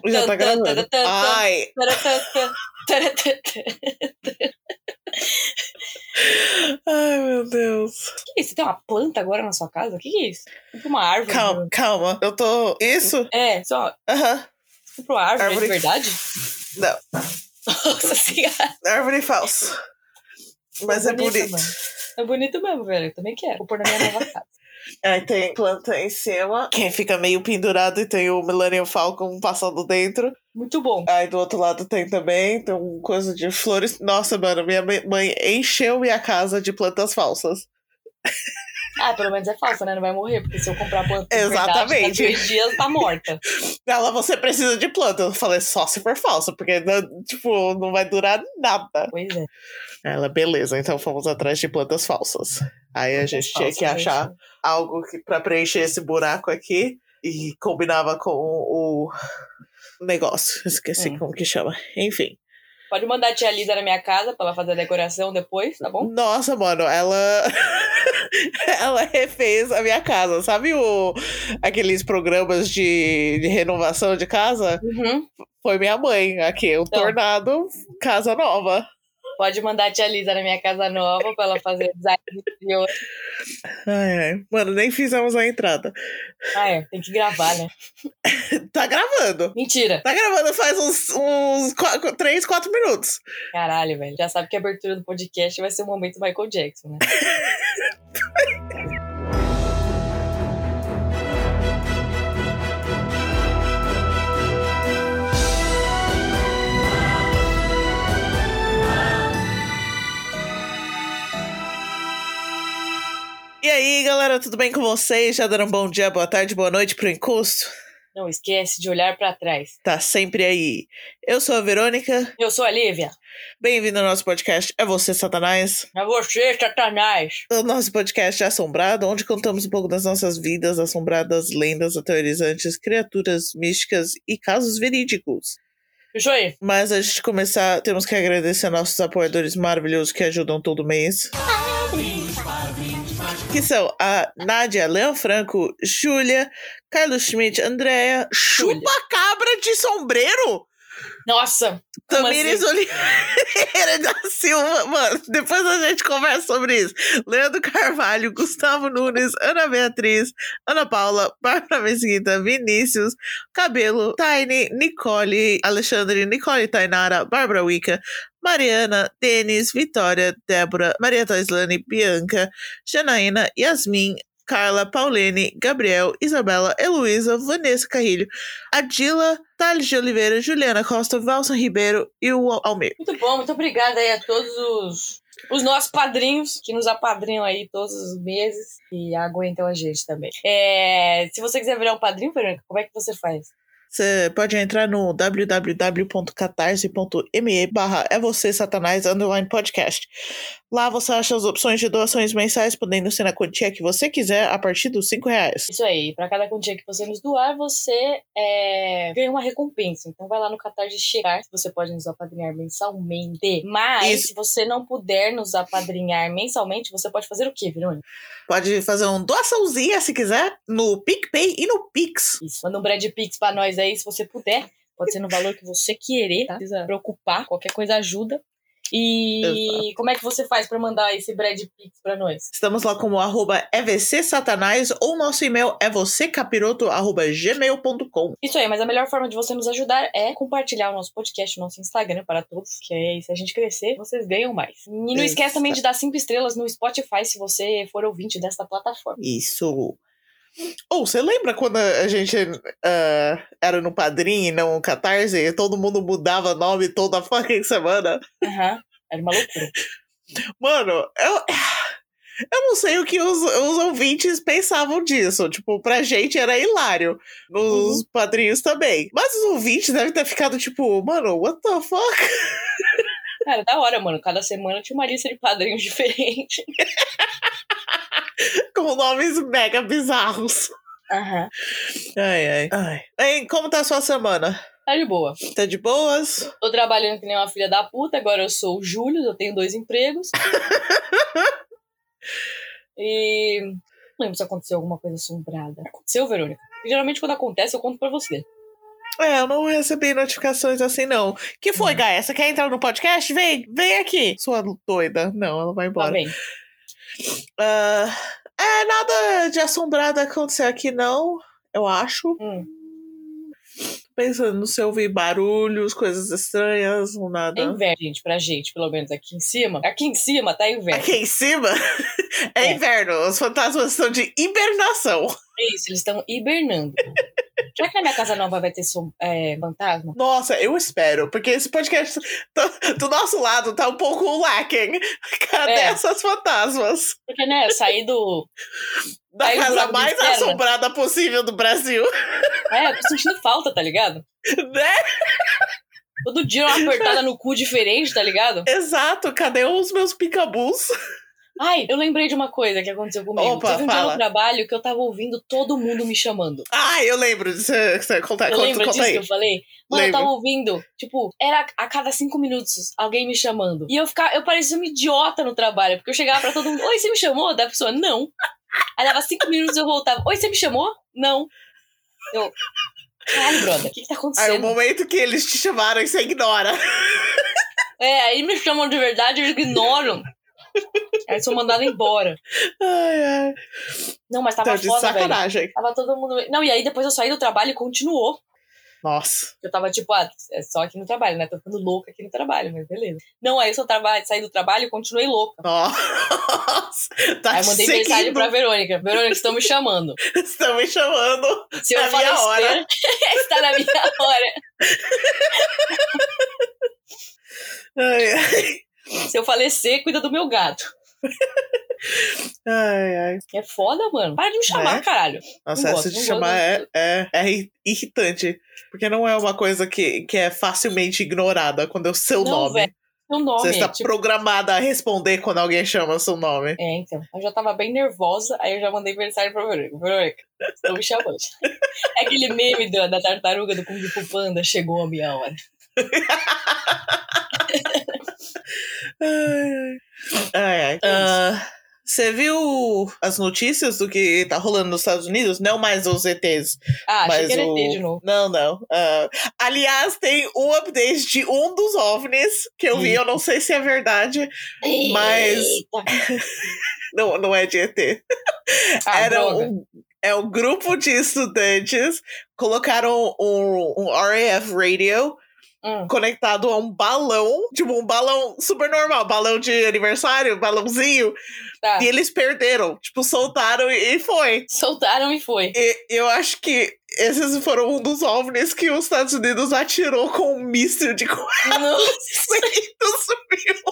Já tá gravando. Ai. Ai, meu Deus. O que é isso? Você tem uma planta agora na sua casa? O que é isso? Tipo uma árvore. Calma. Eu tô... Isso? É, só... Tipo uma árvore de verdade? Não. Nossa senhora. Árvore falsa. Mas é bonito. Mano. É bonito mesmo, velho. Eu também quero. Vou pôr na minha nova casa. Aí tem planta em cima, que fica meio pendurado e tem o Millennium Falcon passando dentro. Muito bom. Aí do outro lado tem também, tem uma coisa de flores. Nossa, mano, minha mãe encheu minha casa de plantas falsas. Ah, pelo menos é falsa, né? Não vai morrer, porque se eu comprar planta de Exatamente. verdade, 3 dias tá morta. Ela, você precisa de planta. Eu falei, só se for falsa, porque, tipo, não vai durar nada. Pois é. Ela, beleza, então fomos atrás de plantas falsas. Aí a gente tinha que achar algo pra preencher esse buraco aqui. E combinava com o negócio. Esqueci como que chama. Enfim. Pode mandar a tia Lisa na minha casa pra ela fazer a decoração depois, tá bom? Nossa, mano, ela refez a minha casa. Sabe aqueles programas de renovação de casa? Uhum. Foi minha mãe aqui, o Tornado Casa Nova. Pode mandar a tia Lisa na minha casa nova pra ela fazer design interior. Ai. Mano, nem fizemos a entrada. Tem que gravar, né? Tá gravando. Mentira. Tá gravando faz uns 3, 4 minutos. Caralho, velho. Já sabe que a abertura do podcast vai ser o momento Michael Jackson, né? E aí, galera, tudo bem com vocês? Já deram um bom dia, boa tarde, boa noite pro encosto? Não esquece de olhar pra trás. Tá sempre aí. Eu sou a Verônica. Eu sou a Lívia. Bem-vindo ao nosso podcast É Você, Satanás. É você, Satanás. O nosso podcast é Assombrado, onde contamos um pouco das nossas vidas assombradas, lendas aterrorizantes, criaturas místicas e casos verídicos. Isso aí. Mas antes de começar, temos que agradecer a nossos apoiadores maravilhosos que ajudam todo mês. Que são a Nádia, Leão Franco, Júlia, Carlos Schmidt, Andréia, Chupa-Cabra de Sombreiro. Nossa! Tamires Oliveira da Silva. Mano, depois a gente conversa sobre isso. Leandro Carvalho, Gustavo Nunes, Ana Beatriz, Ana Paula, Bárbara Mesquita, Vinícius, Cabelo, Tiny, Nicole, Alexandre, Nicole Tainara, Bárbara Wicca, Mariana, Denis, Vitória, Débora, Maria Toislane, Bianca, Janaína, Yasmin, Carla, Paulene, Gabriel, Isabela, Heloísa, Vanessa Carrilho, Adila, Thales de Oliveira, Juliana Costa, Valson Ribeiro e o Almir. Muito bom, muito obrigada aí a todos os nossos padrinhos que nos apadrinham aí todos os meses e aguentam a gente também. Se você quiser virar um padrinho, Verônica, como é que você faz? Você pode entrar no www.catarse.me/podcast. Lá você acha as opções de doações mensais, podendo ser na quantia que você quiser, a partir dos R$5. Isso aí, para cada quantia que você nos doar, você ganha uma recompensa. Então vai lá no Catarse checar, você pode nos apadrinhar mensalmente. Mas, se você não puder nos apadrinhar mensalmente, você pode fazer o quê, Verônica? Pode fazer uma doaçãozinha, se quiser, no PicPay e no Pix. Isso, manda um Brad Pix pra nós aí, se você puder. Pode ser no valor que você querer, tá? Não precisa preocupar, qualquer coisa ajuda. E exato. Como é que você faz pra mandar esse Brad Pix pra nós? Estamos lá como @evcsatanás ou nosso e-mail é vocêcapiroto@gmail.com. Isso aí, mas a melhor forma de você nos ajudar é compartilhar o nosso podcast, o nosso Instagram para todos, que aí, se a gente crescer, vocês ganham mais. E não esquece também de dar 5 estrelas no Spotify se você for ouvinte desta plataforma. Isso. Você lembra quando a gente era no Padrim e não no Catarse e todo mundo mudava nome toda fucking semana? Era uma loucura. Mano, eu não sei o que os ouvintes pensavam disso. Tipo, pra gente era hilário. Nos padrinhos também. Mas os ouvintes devem ter ficado tipo, mano, what the fuck? Cara, da hora, mano. Cada semana tinha uma lista de padrinhos diferente. Com nomes mega bizarros. Ai. Hein, como tá a sua semana? Tá de boa. Tá de boas? Tô trabalhando que nem uma filha da puta. Agora eu sou o Júlio, eu tenho 2 empregos. E não lembro se aconteceu alguma coisa assombrada. Aconteceu, Verônica? E geralmente quando acontece eu conto pra você. Eu não recebi notificações assim, não. Que foi, Gaia? Você quer entrar no podcast? Vem aqui. Sua doida. Não, ela vai embora. Tá bem. Nada de assombrado aconteceu aqui, não. Eu acho. Pensando se eu ouvir barulhos, coisas estranhas ou nada. É inverno, gente, pra gente, pelo menos aqui em cima. Aqui em cima tá inverno. Aqui em cima? É inverno. Os fantasmas estão de hibernação. É isso, eles estão hibernando. Será que na minha casa nova vai ter fantasma? Nossa, eu espero, porque esse podcast do nosso lado tá um pouco lacking. Cadê essas fantasmas? Porque, né, eu saí da casa mais assombrada possível do Brasil. Eu tô sentindo falta, tá ligado? Né? Todo dia uma apertada no cu diferente, tá ligado? Exato, cadê os meus picabus? Ai, eu lembrei de uma coisa que aconteceu comigo. Opa, teve um dia no trabalho que eu tava ouvindo todo mundo me chamando. Eu lembro de você contar. Lembra disso aí. Que eu falei? Mano, eu tava ouvindo, tipo, era a cada 5 minutos alguém me chamando. E eu parecia uma idiota no trabalho, porque eu chegava pra todo mundo, oi, você me chamou? Da pessoa, não. Aí dava 5 minutos eu voltava, oi, você me chamou? Não. Eu, caralho, brother, o que tá acontecendo? Aí o momento que eles te chamaram e você ignora. Aí me chamam de verdade, eu ignoro. Aí sou mandada embora. Ai. Não, mas tava então, foda, sacanagem. Velho. Tava todo mundo... Não, e aí depois eu saí do trabalho e continuou. Nossa. Eu tava tipo, é só aqui no trabalho, né? Tô ficando louca aqui no trabalho, mas beleza. Não, aí eu saí do trabalho e continuei louca. Nossa. Tá aí eu mandei mensagem pra Verônica. Verônica, estão me chamando. Estão me chamando. Se eu falei hora. Está na minha hora. Ai. Se eu falecer, cuida do meu gato. Ai. É foda, mano. Para de me chamar, caralho. Nossa, essa de chamar é irritante. Porque não é uma coisa que é facilmente ignorada quando é o seu nome. Véio, seu nome. Você está programada a responder quando alguém chama o seu nome. Então. Eu já tava bem nervosa, aí eu já mandei mensagem pra Verônica. Verônica, estão me chamando. É aquele meme da tartaruga do Kung Fu Panda, chegou a minha hora. Ai. Você viu as notícias do que tá rolando nos Estados Unidos? Não mais os ETs. Achei que era ET de novo. Não. Aliás, tem um update de um dos OVNIs que eu vi. Eu não sei se é verdade, mas... não é de ET. Era um grupo de estudantes, colocaram um RAF radio conectado a um balão, tipo um balão super normal, balão de aniversário, balãozinho, e eles perderam, tipo, soltaram e foi. Soltaram e foi. E eu acho que esses foram um dos OVNIs que os Estados Unidos atirou com um míssil de 400 mil.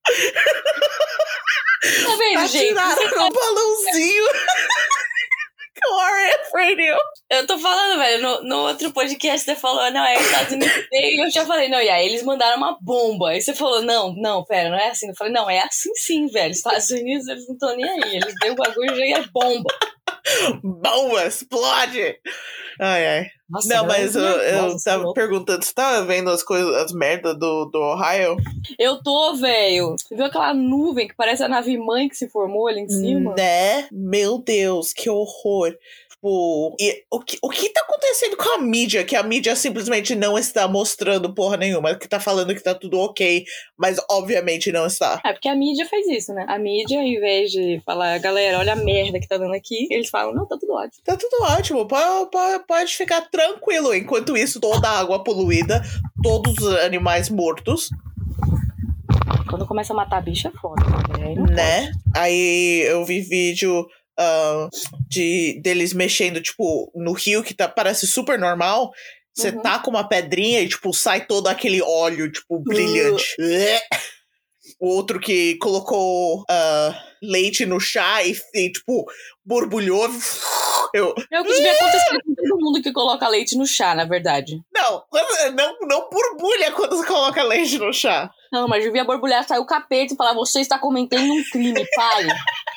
Tá vendo, gente? Atiraram um balãozinho. Com RF Radio. Eu tô falando, velho, no outro podcast você falou, não, é Estados Unidos. E eu já falei, não, e aí eles mandaram uma bomba. Aí você falou, não, pera, não é assim. Eu falei, não, é assim sim, velho. Estados Unidos, eles não estão nem aí. Eles deu o bagulho e já é bomba. Bomba, explode! Ai. Nossa, não, mas eu tava perguntando, você tava vendo as merdas do Ohio? Eu tô, velho. Você viu aquela nuvem que parece a nave-mãe que se formou ali em cima? Né? Meu Deus, que horror. Tipo, o que tá acontecendo com a mídia? Que a mídia simplesmente não está mostrando porra nenhuma. Que tá falando que tá tudo ok, mas obviamente não está. É porque a mídia faz isso, né? A mídia, ao invés de falar, galera, olha a merda que tá dando aqui, eles falam, não, tá tudo ótimo. Tá tudo ótimo, pode ficar tranquilo. Enquanto isso, toda a água poluída, todos os animais mortos. Quando começa a matar bicho é foda. Aí não né? Pode. Aí eu vi vídeo deles mexendo, tipo, no rio que parece super normal. Você tá com uma pedrinha e, tipo, sai todo aquele óleo, tipo, brilhante. O outro que colocou leite no chá e tipo, borbulhou. É o que devia acontecer com todo mundo que coloca leite no chá, na verdade. Não borbulha quando você coloca leite no chá. Não, mas devia borbulhar, sair o capeta e falar, você está cometendo um crime, pare.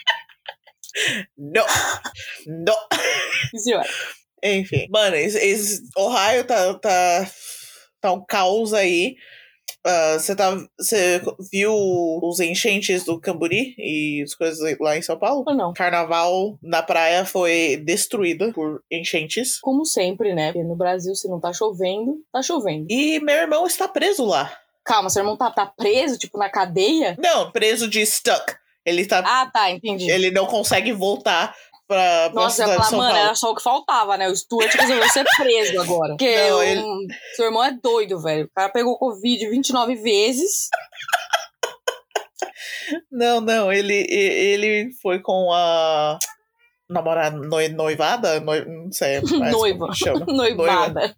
Não. Senhora. Enfim, mano, Ohio tá um caos aí. Você viu os enchentes do Camburi e as coisas lá em São Paulo? Ou não? Carnaval na praia foi destruída por enchentes. Como sempre, né? Porque no Brasil, se não tá chovendo, tá chovendo. E meu irmão está preso lá. Calma, seu irmão tá preso, tipo, na cadeia? Não, preso de stuck. Ele tá... Ah, tá, entendi. Ele não consegue voltar pra Nossa, eu ia falar, mano, era só o que faltava, né? O Stuart resolveu ser preso agora. Porque seu irmão é doido, velho. O cara pegou Covid 29 vezes. Não, ele foi com a namorada, noivada? Não sei. Noiva. Chama. Noivada.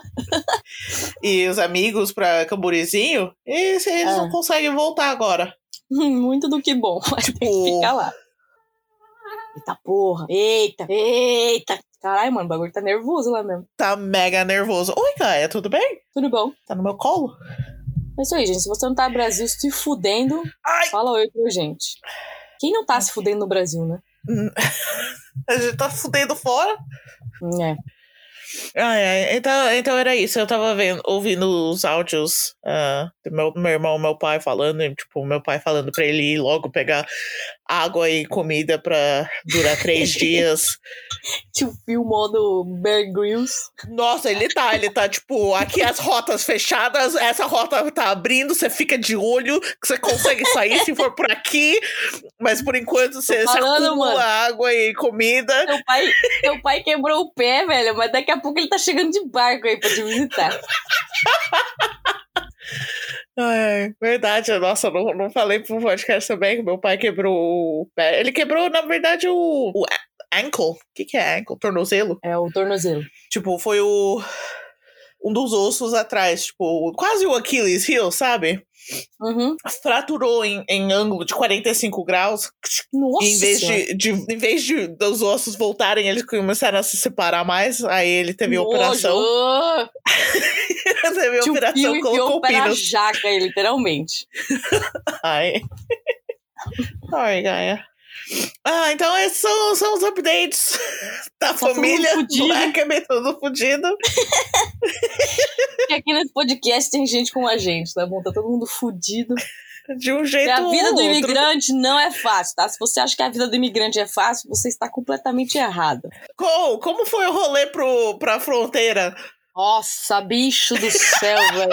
E os amigos pra Camburizinho, eles não conseguem voltar agora. Muito do que bom, mas tipo... tem que ficar lá. Eita porra, eita. Caralho, mano, o bagulho tá nervoso lá mesmo. Tá mega nervoso. Oi, Gaia, tudo bem? Tudo bom. Tá no meu colo? É isso aí, gente. Se você não tá no Brasil se fudendo, fala oi pra gente. Quem não tá se fudendo no Brasil, né? A gente tá fudendo fora? É. Então era isso. Eu tava ouvindo os áudios do meu irmão, meu pai falando, tipo, meu pai falando pra ele ir logo pegar água e comida pra durar 3 dias. Tipo, o modo Bear Grylls. Nossa, ele tá, tipo, aqui as rotas fechadas, essa rota tá abrindo, você fica de olho, que você consegue sair se for por aqui, mas por enquanto você acumula mano, água e comida. Teu pai quebrou o pé, velho, mas daqui a pouco ele tá chegando de barco aí pra te visitar. Verdade, nossa, não falei pro podcast também que meu pai quebrou o pé. Ele quebrou, na verdade, o ankle. O que é ankle? Tornozelo? É o tornozelo. Tipo, foi um dos ossos atrás, tipo, quase o Achilles heel, sabe? Uhum. Fraturou em ângulo de 45 graus. Nossa! Em vez dos ossos voltarem, eles começaram a se separar mais. Aí ele teve operação. Teve operação, colocou o pé na jaca, literalmente. Ai, Gaia. Então esses são os updates da família. Todo fudido. Porque aqui nesse podcast tem gente com a gente, tá bom? Tá todo mundo fudido. De um jeito ou outro. E a vida do imigrante não é fácil, tá? Se você acha que a vida do imigrante é fácil, você está completamente errado. Como foi o rolê pra fronteira? Nossa, bicho do céu, velho.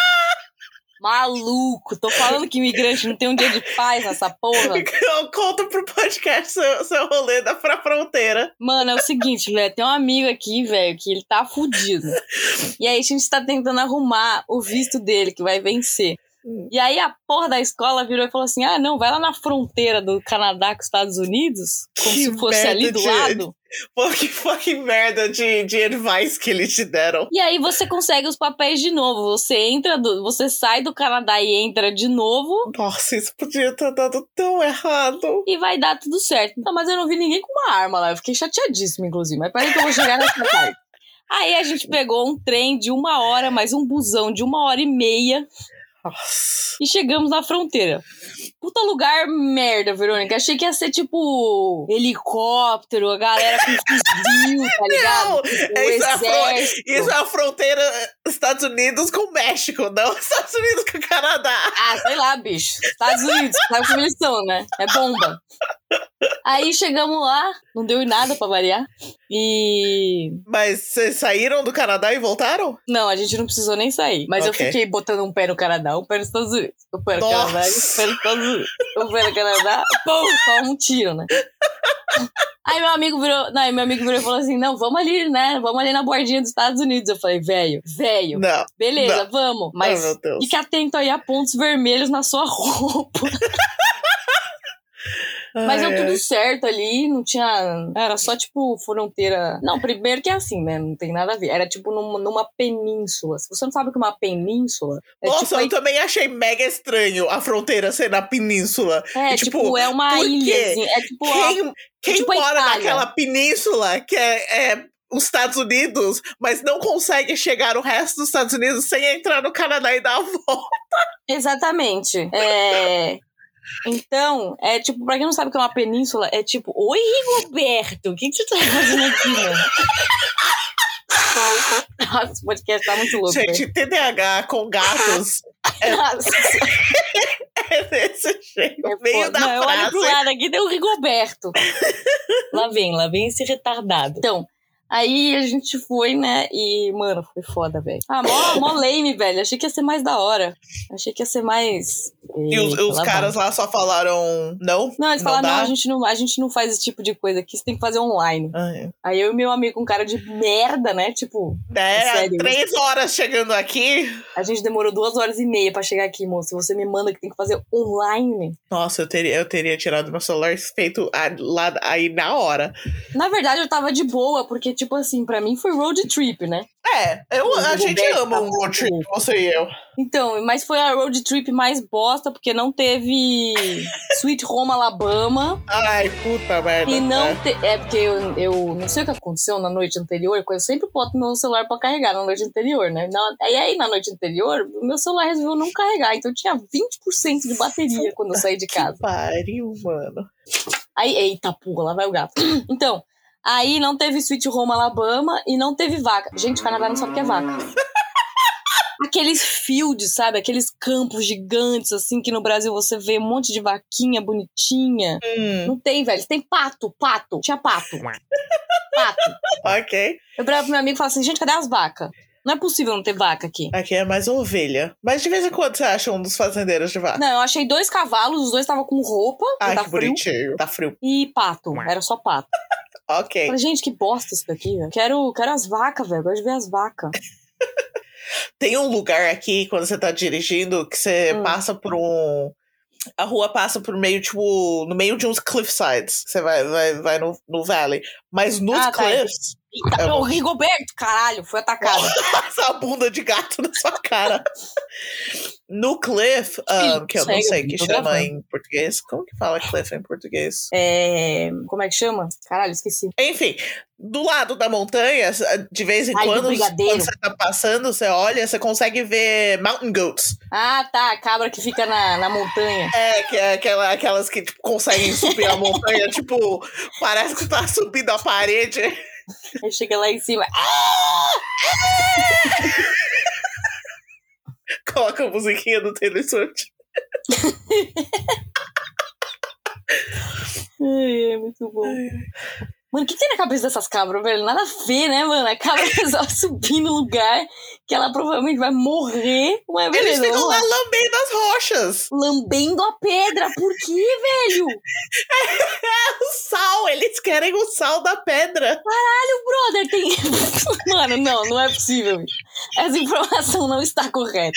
Maluco, tô falando que imigrante não tem um dia de paz nessa porra. Eu conto pro podcast seu rolê pra fronteira. Mano, é o seguinte, velho, tem um amigo aqui, velho, que ele tá fudido. E aí a gente tá tentando arrumar o visto dele, que vai vencer. E aí a porra da escola virou e falou assim, não, vai lá na fronteira do Canadá com os Estados Unidos, como se fosse ali do lado. Que fucking merda de advice que eles te deram. E aí você consegue os papéis de novo. Você sai do Canadá e entra de novo. Nossa, isso podia ter dado tão errado. E vai dar tudo certo. Não, mas eu não vi ninguém com uma arma lá. Eu fiquei chateadíssima, inclusive. Mas peraí que eu vou chegar nessa parte. Aí a gente pegou um trem de 1 hora, mais um busão de 1h30. Nossa. E chegamos na fronteira. Puta lugar merda, Verônica. Achei que ia ser tipo helicóptero, a galera com fuzil, tá ligado? Não, exército. Isso é a fronteira Estados Unidos com México, não Estados Unidos com Canadá. Sei lá, bicho. Estados Unidos, sabe como eles são, né? É bomba. Aí chegamos lá, não deu em nada pra variar. Mas vocês saíram do Canadá e voltaram? Não, a gente não precisou nem sair. Mas eu fiquei botando um pé no Canadá, um pé nos Estados Unidos. Um pé no Canadá, um pé nos Estados Unidos. Um pé no Canadá, pum, toma um tiro, né? Aí meu amigo virou e falou assim, não, vamos ali, né? Vamos ali na bordinha dos Estados Unidos. Eu falei, velho, não, beleza, não. vamos. Mas fique atento aí a pontos vermelhos na sua roupa. Mas deu tudo certo ali, não tinha... Era só, tipo, fronteira... Não, primeiro que é assim, né? Não tem nada a ver. Era, tipo, numa península. Se você não sabe o que é uma península... Nossa, tipo, eu também achei mega estranho a fronteira ser na península. Tipo, é uma ilhazinha. É, tipo... Quem tipo mora naquela península que é os Estados Unidos, mas não consegue chegar no resto dos Estados Unidos sem entrar no Canadá e dar a volta? Exatamente. Então, tipo, pra quem não sabe o que é uma península, é tipo, oi, Rigoberto, o que você tá fazendo aqui, mano? Nossa, esse podcast tá muito louco. Gente, velho. TDAH com gatos é desse jeito. Meio da não, frase. eu olho pro lado aqui, tem o Rigoberto. Lá vem esse retardado. Então, aí a gente foi, né? E, mano, foi foda, velho. Mó lame, velho. Achei que ia ser mais da hora. Achei que ia ser mais... E os caras lá só falaram não? Não, eles falaram, não, a gente não faz esse tipo de coisa aqui, você tem que fazer online. Aí eu e meu amigo, um cara de merda, né? Tipo, sério, 3 horas chegando aqui. A gente demorou 2h30 pra chegar aqui, moço. Você me manda que tem que fazer online. Nossa, eu teria tirado meu celular e feito lá aí na hora. Na verdade, eu tava de boa, porque, tipo assim, pra mim foi road trip, né? A gente ama um road trip, você e eu. Então, mas foi a road trip mais bosta, porque não teve Sweet Home Alabama. Ai, puta merda. E não porque eu não sei o que aconteceu na noite anterior, porque eu sempre boto meu celular pra carregar na noite anterior, né? E aí, na noite anterior, meu celular resolveu não carregar, então eu tinha 20% de bateria quando eu saí de casa. Que pariu, mano. Aí, eita porra, lá vai o gato. Então, aí não teve Sweet Home Alabama e não teve vaca. Gente, o Canadá não sabe o que é vaca. Aqueles fields, sabe? Aqueles campos gigantes, assim, que no Brasil você vê um monte de vaquinha bonitinha. Não tem, velho. Tem pato. Tinha pato. Pato. Ok. Eu bravo pro meu amigo e falo assim, gente, cadê as vacas? Não é possível não ter vaca aqui. Aqui é mais ovelha. Mas de vez em quando você acha um dos fazendeiros de vaca? Não, eu achei 2 cavalos, os 2 estavam com roupa. Ai, tá que frio, bonitinho. Tá frio. E pato. Era só pato. Ok. Falei, gente, que bosta isso daqui, velho. Quero as vacas, velho. Gosto de ver as vacas. Tem um lugar aqui, quando você tá dirigindo, que você passa por a rua passa por meio, tipo, no meio de uns cliffsides. Você vai no valley. Mas nos cliffs... O Rigoberto, caralho, foi atacado. Essa bunda de gato na sua cara. No cliff, que eu não sei que chama em português. Como que fala cliff em português? Como é que chama? Caralho, esqueci. Enfim, do lado da montanha, de vez em quando você tá passando, você olha, você consegue ver mountain goats. Ah, tá, a cabra que fica na montanha. Que é aquelas que tipo, conseguem subir a montanha, tipo, parece que tá subindo a parede. Aí chega lá em cima. Coloca a musiquinha do Taylor Swift. Ai, é muito bom. Mano, o que tem na cabeça dessas cabras, velho? Nada a ver, né, mano? A cabra resolve subir no lugar que ela provavelmente vai morrer. Mas beleza, eles ficam lá lambendo as rochas. Lambendo a pedra. Por quê, velho? O sal. Eles querem o sal da pedra. Caralho, brother. Tem... Mano, não é possível. Essa informação não está correta.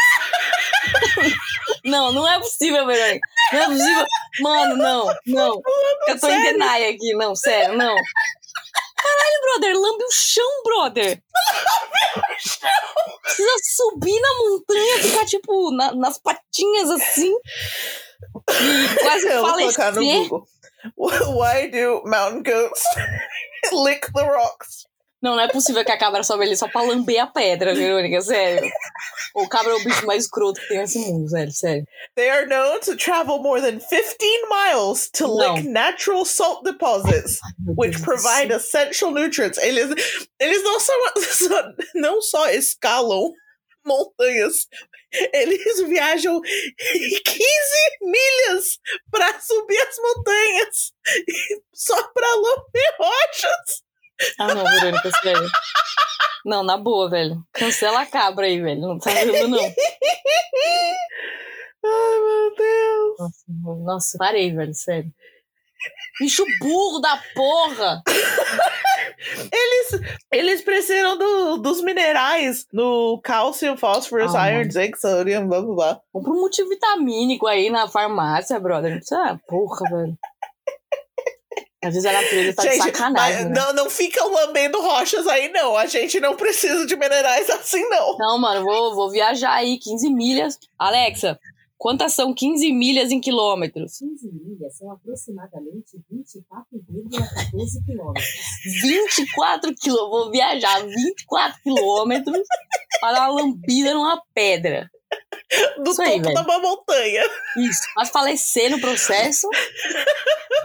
Não é possível, velho. Não é possível. Mano, não. Eu tô em deny aqui, não, sério, não. Caralho, brother, lambe o chão, brother. Lambe o chão. Precisa subir na montanha, ficar, tipo, nas patinhas, assim. E quase falecer. No Google. Why do mountain goats lick the rocks? Não é possível que a cabra sobe ali só pra lamber a pedra, Verônica, sério. O cabra é o bicho mais escroto que tem nesse mundo, sério. They are known to travel more than 15 miles to lick natural salt deposits, which provide essential nutrients. Eles não só escalam montanhas, eles viajam 15 milhas pra subir as montanhas só pra lamber rochas. Ah, não, Verônica, sério. Não, na boa, velho. Cancela a cabra aí, velho. Não tá vendo, não. Ai, meu Deus. Nossa, parei, velho, sério. Bicho burro da porra! Eles precisam dos minerais no cálcio, fósforo, iron, zinc, sodium, blá blá blá. Compra um multivitamínico aí na farmácia, brother. Não precisa, porra, velho. Às vezes a natureza tá de sacanagem. Né? Não ficam lambendo rochas aí, não. A gente não precisa de minerais assim, não. Não, mano, vou viajar aí 15 milhas. Alexa, quantas são 15 milhas em quilômetros? 15 milhas são aproximadamente 24,14 quilômetros. 24 quilômetros. Vou viajar 24 quilômetros para dar uma lambida numa pedra. Do isso topo da uma montanha. Isso. Mas falecer no processo.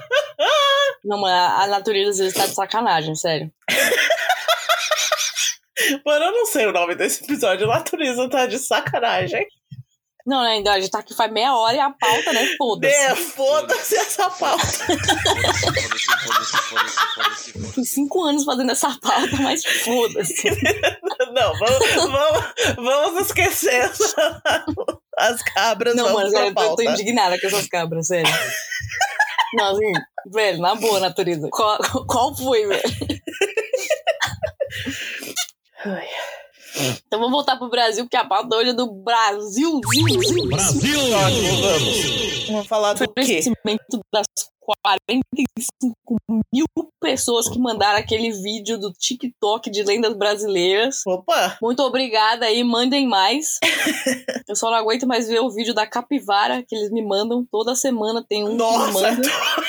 Não, mas a natureza às vezes tá de sacanagem, sério. Mano, eu não sei o nome desse episódio. A natureza tá de sacanagem. Não, né? Ainda a gente tá aqui faz meia hora e a pauta, né? Foda-se. Foda-se essa pauta. Fui 5 anos fazendo essa pauta, mas foda-se. Não, vamos esquecer as cabras. Não, mano, eu tô indignada com essas cabras, sério. Não, assim, velho, na boa, natureza. Qual foi, velho? Ai. Então vamos voltar pro Brasil, porque a pauta hoje é do Brasil. Brasil! Vamos falar do quê? Das 45 mil pessoas que mandaram aquele vídeo do TikTok de lendas brasileiras. Opa! Muito obrigada aí, mandem mais. Eu só não aguento mais ver o vídeo da capivara que eles me mandam. Toda semana tem um. Nossa, que me manda.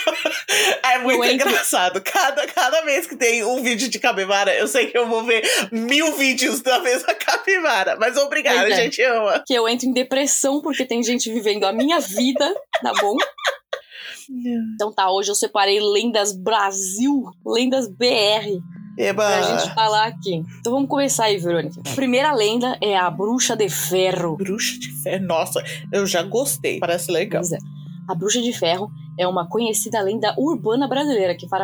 É muito engraçado. Cada vez que tem um vídeo de capivara, eu sei que eu vou ver 1000 vídeos da mesma capivara. Mas obrigada, a gente ama. Que eu entro em depressão porque tem gente vivendo a minha vida, tá bom? Então tá, hoje eu separei lendas Brasil, lendas BR. Eba. Pra gente falar aqui. Então vamos começar aí, Verônica. A primeira lenda é a Bruxa de Ferro. Bruxa de Ferro? Nossa, eu já gostei. Parece legal. Pois é. A Bruxa de Ferro é uma conhecida lenda urbana brasileira que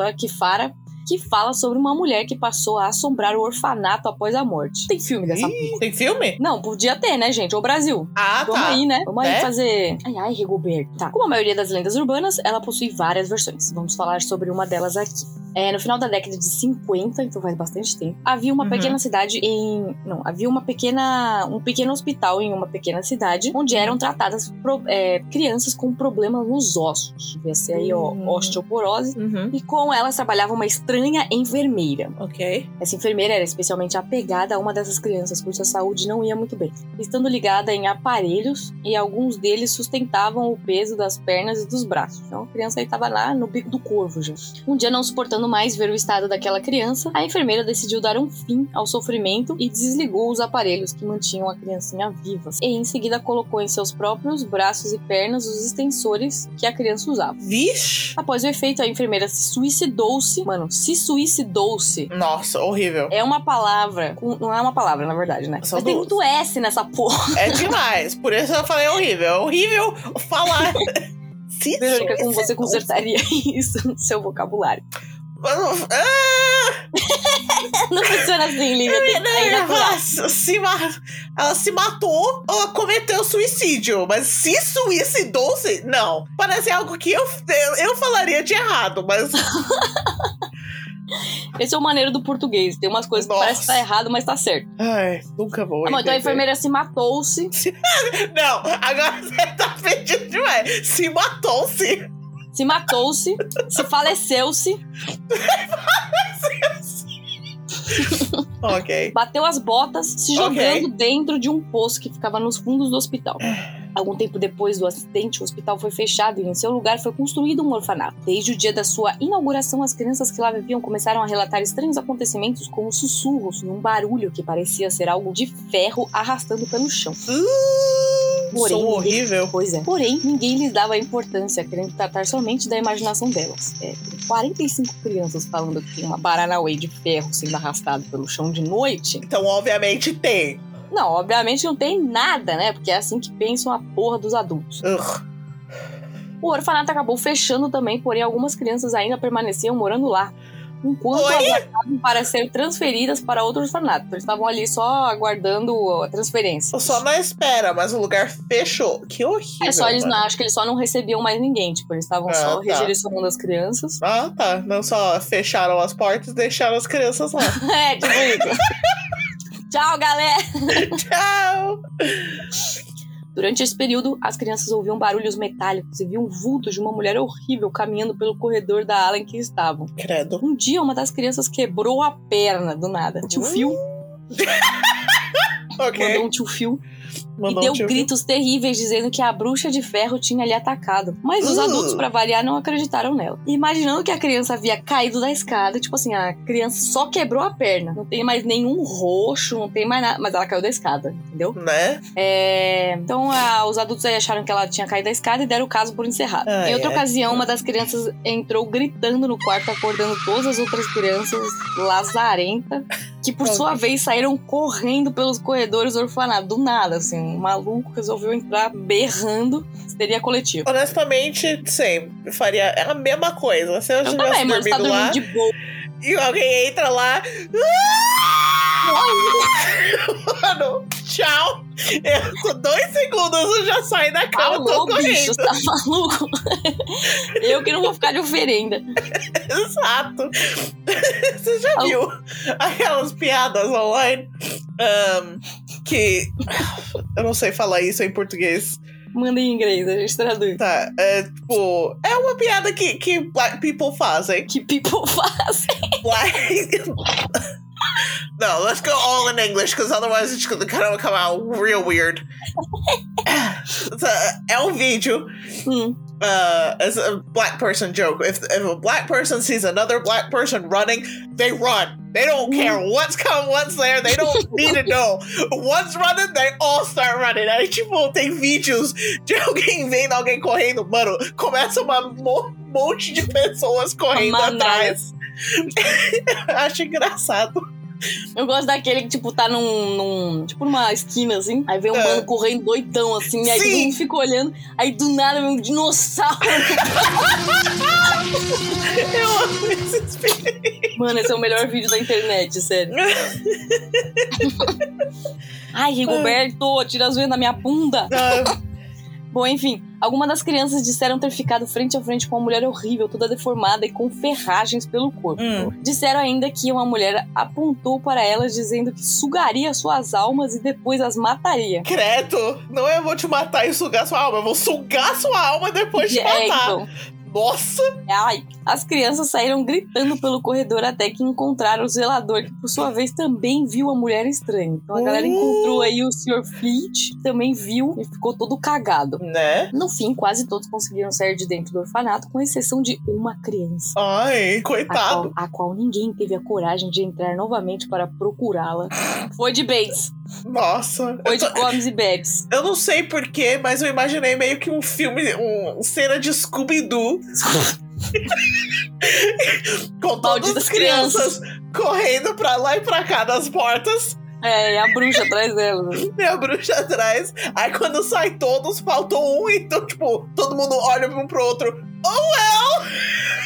fala sobre uma mulher que passou a assombrar o orfanato após a morte. Tem filme dessa porra. Tem filme? Não, podia ter, né, gente? O Brasil. Vamos tá. aí, né? Vamos aí fazer... Ai, Rigoberto. Tá. Como a maioria das lendas urbanas, ela possui várias versões. Vamos falar sobre uma delas aqui. No final da década de 50, então faz bastante tempo, havia uma pequena cidade havia um pequeno hospital em uma pequena cidade, onde eram tratadas crianças com problemas nos ossos. Devia ser aí, osteoporose. E com elas trabalhava uma estranha enfermeira. Ok. Essa enfermeira era especialmente apegada a uma dessas crianças, cuja saúde não ia muito bem. Estando ligada em aparelhos, e alguns deles sustentavam o peso das pernas e dos braços. Então a criança aí estava lá no bico do corvo já. Um dia, não suportando mais ver o estado daquela criança, a enfermeira decidiu dar um fim ao sofrimento e desligou os aparelhos que mantinham a criancinha viva. E em seguida colocou em seus próprios braços e pernas os extensores que a criança usava. Vixe! Após o efeito, a enfermeira se suicidou-se. Mano, se suicidou-se. Nossa, horrível. É uma palavra. Não é uma palavra, na verdade, né? Mas tem muito S nessa porra. É demais. Por isso eu falei horrível. É horrível falar. Verônica, como você consertaria isso no seu vocabulário? Não funciona assim, Lívia. Ela se matou ou cometeu suicídio. Mas se suicidou-se, não. Parece algo que eu falaria de errado, mas... Esse é o maneiro do português. Tem umas coisas que parece que tá errado, mas tá certo. Ai, nunca vou entender. Então a enfermeira se matou-se. Não, agora você tá pedindo demais. Se matou-se. Se matou-se. Se faleceu-se. Ok. Bateu as botas, se jogando dentro de um poço que ficava nos fundos do hospital. Algum tempo depois do acidente, o hospital foi fechado e em seu lugar foi construído um orfanato. Desde o dia da sua inauguração, as crianças que lá viviam começaram a relatar estranhos acontecimentos, como sussurros e um barulho que parecia ser algo de ferro arrastando pelo chão. Porém, horrível. Pois é. Porém, ninguém lhes dava importância, querendo tratar somente da imaginação delas. Tem 45 crianças falando que tem uma Paranauê de ferro sendo arrastado pelo chão de noite. Então, obviamente, tem. Não, obviamente não tem nada, né? Porque é assim que pensam a porra dos adultos. O orfanato acabou fechando também, porém algumas crianças ainda permaneciam morando lá, enquanto aguardavam para ser transferidas para outro orfanato. Eles estavam ali só aguardando a transferência. Só na espera, mas o lugar fechou. Que horrível. Acho que eles só não recebiam mais ninguém. Tipo, eles estavam só redirecionando as crianças. Ah, tá. Não só fecharam as portas e deixaram as crianças lá. Tipo isso. Tchau, galera! Tchau! Durante esse período, as crianças ouviam barulhos metálicos e viam vultos de uma mulher horrível caminhando pelo corredor da ala em que estavam. Credo. Um dia, uma das crianças quebrou a perna do nada. Tio-fio. Mandou um tio-fio. E deu gritos terríveis dizendo que a bruxa de ferro tinha lhe atacado. Mas os adultos, pra variar, não acreditaram nela. E imaginando que a criança havia caído da escada, tipo assim, a criança só quebrou a perna. Não tem mais nenhum roxo, não tem mais nada. Mas ela caiu da escada, entendeu? Né? Então, os adultos aí acharam que ela tinha caído da escada e deram o caso por encerrado. Em outra ocasião, uma das crianças entrou gritando no quarto, acordando todas as outras crianças lazarenta. que por sua vez saíram correndo pelos corredores do orfanato. Do nada, assim, um maluco resolveu entrar berrando. Histeria coletiva. Honestamente, sim, faria a mesma coisa. Se eu tivesse dormido tá lá de boa. e alguém entra lá... Mano, tchau. Com 2 segundos eu já saio da cama. Falou, bicho, tá maluco? Eu que não vou ficar de oferenda. Exato. Você já viu aquelas piadas online que... Eu não sei falar isso em português. Manda em inglês, a gente traduz. Tá, tipo... É uma piada que black people fazem. Que people fazem? No, let's go all in English, because otherwise it's gonna kind of come out real weird. É um vídeo. It's a black person joke. If a black person sees another black person running, they run. They don't care what's coming, what's there. They don't need to know. One's running, they all start running. Aí, tipo, tem vídeos de alguém vendo alguém correndo. Mano, começa um monte de pessoas correndo atrás. Acho engraçado. Eu gosto daquele que, tipo, tá numa esquina, assim. Aí vem um mano correndo doidão, assim. E aí todo mundo fica olhando. Aí do nada vem um dinossauro. Eu amo esses vídeos. Mano, esse é o melhor vídeo da internet, sério. Ai, Rigoberto, tira as unhas da minha bunda. Bom, enfim, algumas das crianças disseram ter ficado frente a frente com uma mulher horrível, toda deformada e com ferragens pelo corpo. Disseram ainda que uma mulher apontou para elas dizendo que sugaria suas almas e depois as mataria. Credo! Não é eu vou te matar e sugar sua alma, eu vou sugar sua alma depois de te matar. Então. Nossa! Ai, as crianças saíram gritando pelo corredor até que encontraram o zelador, que por sua vez também viu a mulher estranha. Então a galera encontrou aí o Sr. Fleet, também viu e ficou todo cagado. Né? No fim, quase todos conseguiram sair de dentro do orfanato, com exceção de uma criança. Ai, coitado. A qual ninguém teve a coragem de entrar novamente para procurá-la. Foi de Bates. Nossa. Foi de Comes e Bebes. Eu não sei porquê, mas eu imaginei meio que um filme, uma cena de Scooby-Doo. Com todas as crianças correndo pra lá e pra cá das portas. É, e a bruxa atrás dela. E a bruxa atrás. Aí quando sai todos, faltou um. Então, tipo, todo mundo olha um pro outro. Oh, well!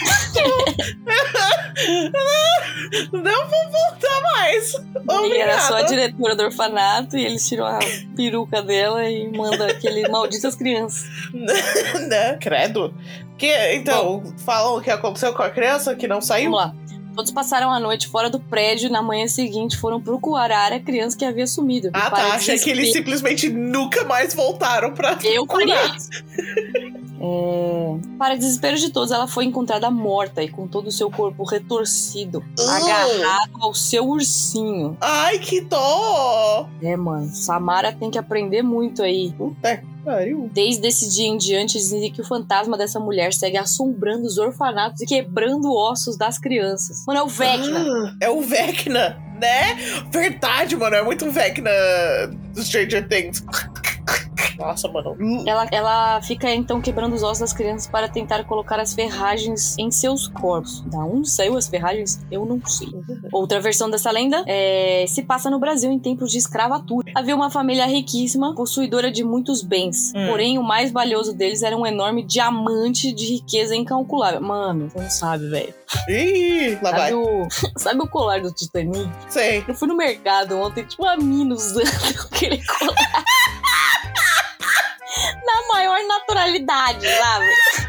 Não vou voltar mais. E era só a diretora do orfanato. E eles tiram a peruca dela e mandam aquele malditas crianças. Né? Credo. Então, falam o que aconteceu com a criança que não saiu? Vamos lá. Todos passaram a noite fora do prédio e na manhã seguinte foram procurar a área-criança que havia sumido. Ah, tá. Achei que eles simplesmente nunca mais voltaram pra procurar. Para desespero de todos, ela foi encontrada morta e com todo o seu corpo retorcido, agarrado ao seu ursinho. Ai, que dó! Mano, Samara tem que aprender muito aí. Puta que pariu. Desde esse dia em diante, dizem que o fantasma dessa mulher segue assombrando os orfanatos e quebrando ossos das crianças. Mano, é o Vecna. É o Vecna, né? Verdade, mano. É muito Vecna do Stranger Things. Nossa, mano. Ela fica então quebrando os ossos das crianças para tentar colocar as ferragens em seus corpos. Da onde saiu as ferragens? Eu não sei. Outra versão dessa lenda se passa no Brasil em tempos de escravatura. Havia uma família riquíssima, possuidora de muitos bens. Porém, o mais valioso deles era um enorme diamante de riqueza incalculável. Mano, você não sabe, velho. Ih, lá vai. Sabe o colar do Titanic? Sei. Eu fui no mercado ontem, tipo, uma mina usando aquele colar. Na maior naturalidade, sabe?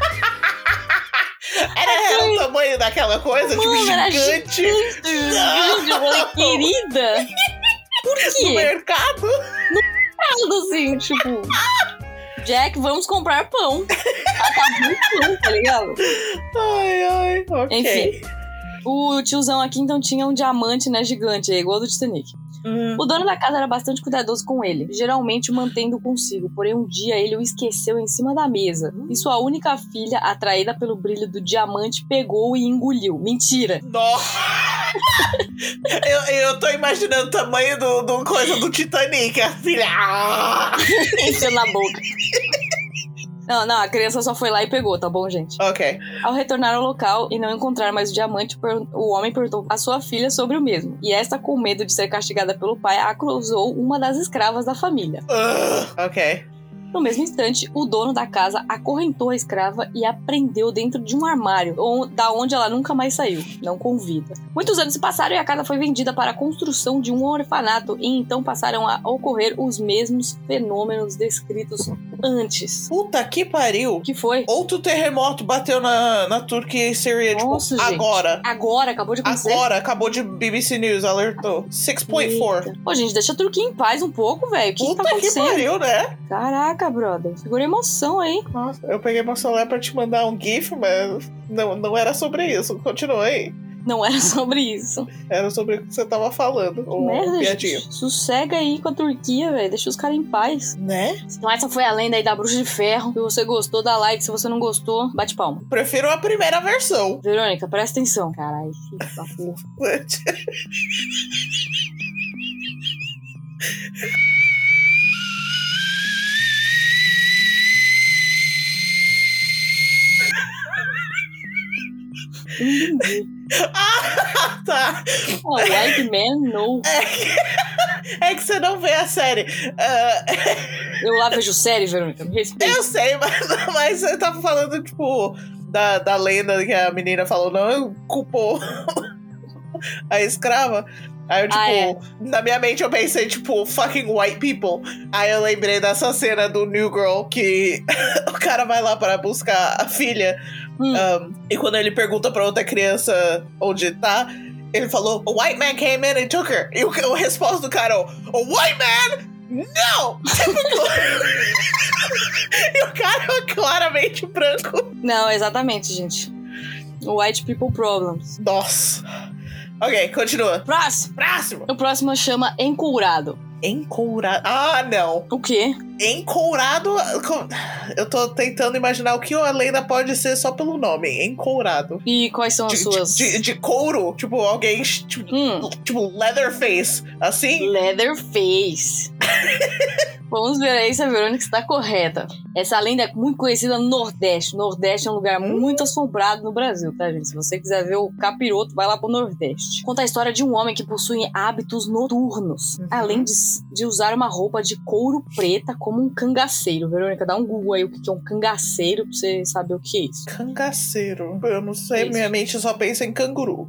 Era o tamanho daquela coisa, mano, tipo, gigante. Era gigante. Eu falei, querida, por quê? No mercado? No mercado, assim, tipo... Jack, vamos comprar pão. Tá muito pão, tá ligado? Ai, ok. Enfim, o tiozão aqui, então, tinha um diamante, né, gigante, igual do Titanic. O dono da casa era bastante cuidadoso com ele, geralmente o mantendo consigo, porém um dia ele o esqueceu em cima da mesa. E sua única filha, atraída pelo brilho do diamante, pegou e engoliu. Mentira! Nossa! eu tô imaginando o tamanho do coisa do Titanic, a filha... Encheu na boca. Não, a criança só foi lá e pegou, tá bom, gente? Ok. Ao retornar ao local e não encontrar mais o diamante, o homem perguntou à sua filha sobre o mesmo. E esta, com medo de ser castigada pelo pai, acusou uma das escravas da família. Ok. No mesmo instante, o dono da casa acorrentou a escrava e a prendeu dentro de um armário, da onde ela nunca mais saiu, não com vida. Muitos anos se passaram e a casa foi vendida para a construção de um orfanato, e então passaram a ocorrer os mesmos fenômenos descritos antes. Puta que pariu. Que foi? Outro terremoto bateu na Turquia e Síria, Nossa, tipo, gente. agora. Agora, acabou de acontecer? Agora, acabou de BBC News, alertou. 6.4. Pô, gente, deixa a Turquia em paz um pouco, velho. O que tá Puta que acontecendo? pariu, né? Caraca, brother. Segura a emoção aí. Nossa, eu peguei meu celular pra te mandar um GIF, mas não era sobre isso. Continua aí. Não era sobre isso. Era sobre o que você tava falando. Que merda, piadinho. gente. Sossega aí com a Turquia, velho. Deixa os caras em paz. Né? Então essa foi a lenda aí da Bruxa de Ferro. Se você gostou, dá like. Se você não gostou, bate palma. Prefiro a primeira versão. Verônica, presta atenção. Caralho, filho da porra. Ah, tá. Oh, White Man, no. É que você não vê a série. Eu lá vejo série, Verônica. Me respeita. Eu sei, mas você tava falando, tipo, da lenda que a menina falou, não culpou a escrava. Aí eu, tipo, na minha mente eu pensei, tipo, fucking white people. Aí eu lembrei dessa cena do New Girl que o cara vai lá para buscar a filha. E quando ele pergunta pra outra criança onde tá, ele falou, a white man came in and took her. E a resposta do cara, a white man? No! E o cara é claramente branco. Não, exatamente, gente. White people problems. Nossa. Ok, continua. Próximo. O próximo chama Encourado. Encourado? Ah, não. O quê? Encourado? Eu tô tentando imaginar o que a lenda pode ser só pelo nome. Encourado. E quais são as suas... De couro? Tipo, alguém... Tipo, Leatherface. Assim? Leatherface. Vamos ver aí se a Verônica está correta. Essa lenda é muito conhecida no Nordeste. O Nordeste é um lugar muito assombrado no Brasil, tá, gente? Se você quiser ver o capiroto, vai lá pro Nordeste. Conta a história de um homem que possui hábitos noturnos, além de usar uma roupa de couro preta como um cangaceiro. Verônica, dá um Google aí o que é um cangaceiro pra você saber o que é isso. Cangaceiro? Eu não sei, Isso. Minha mente só pensa em canguru.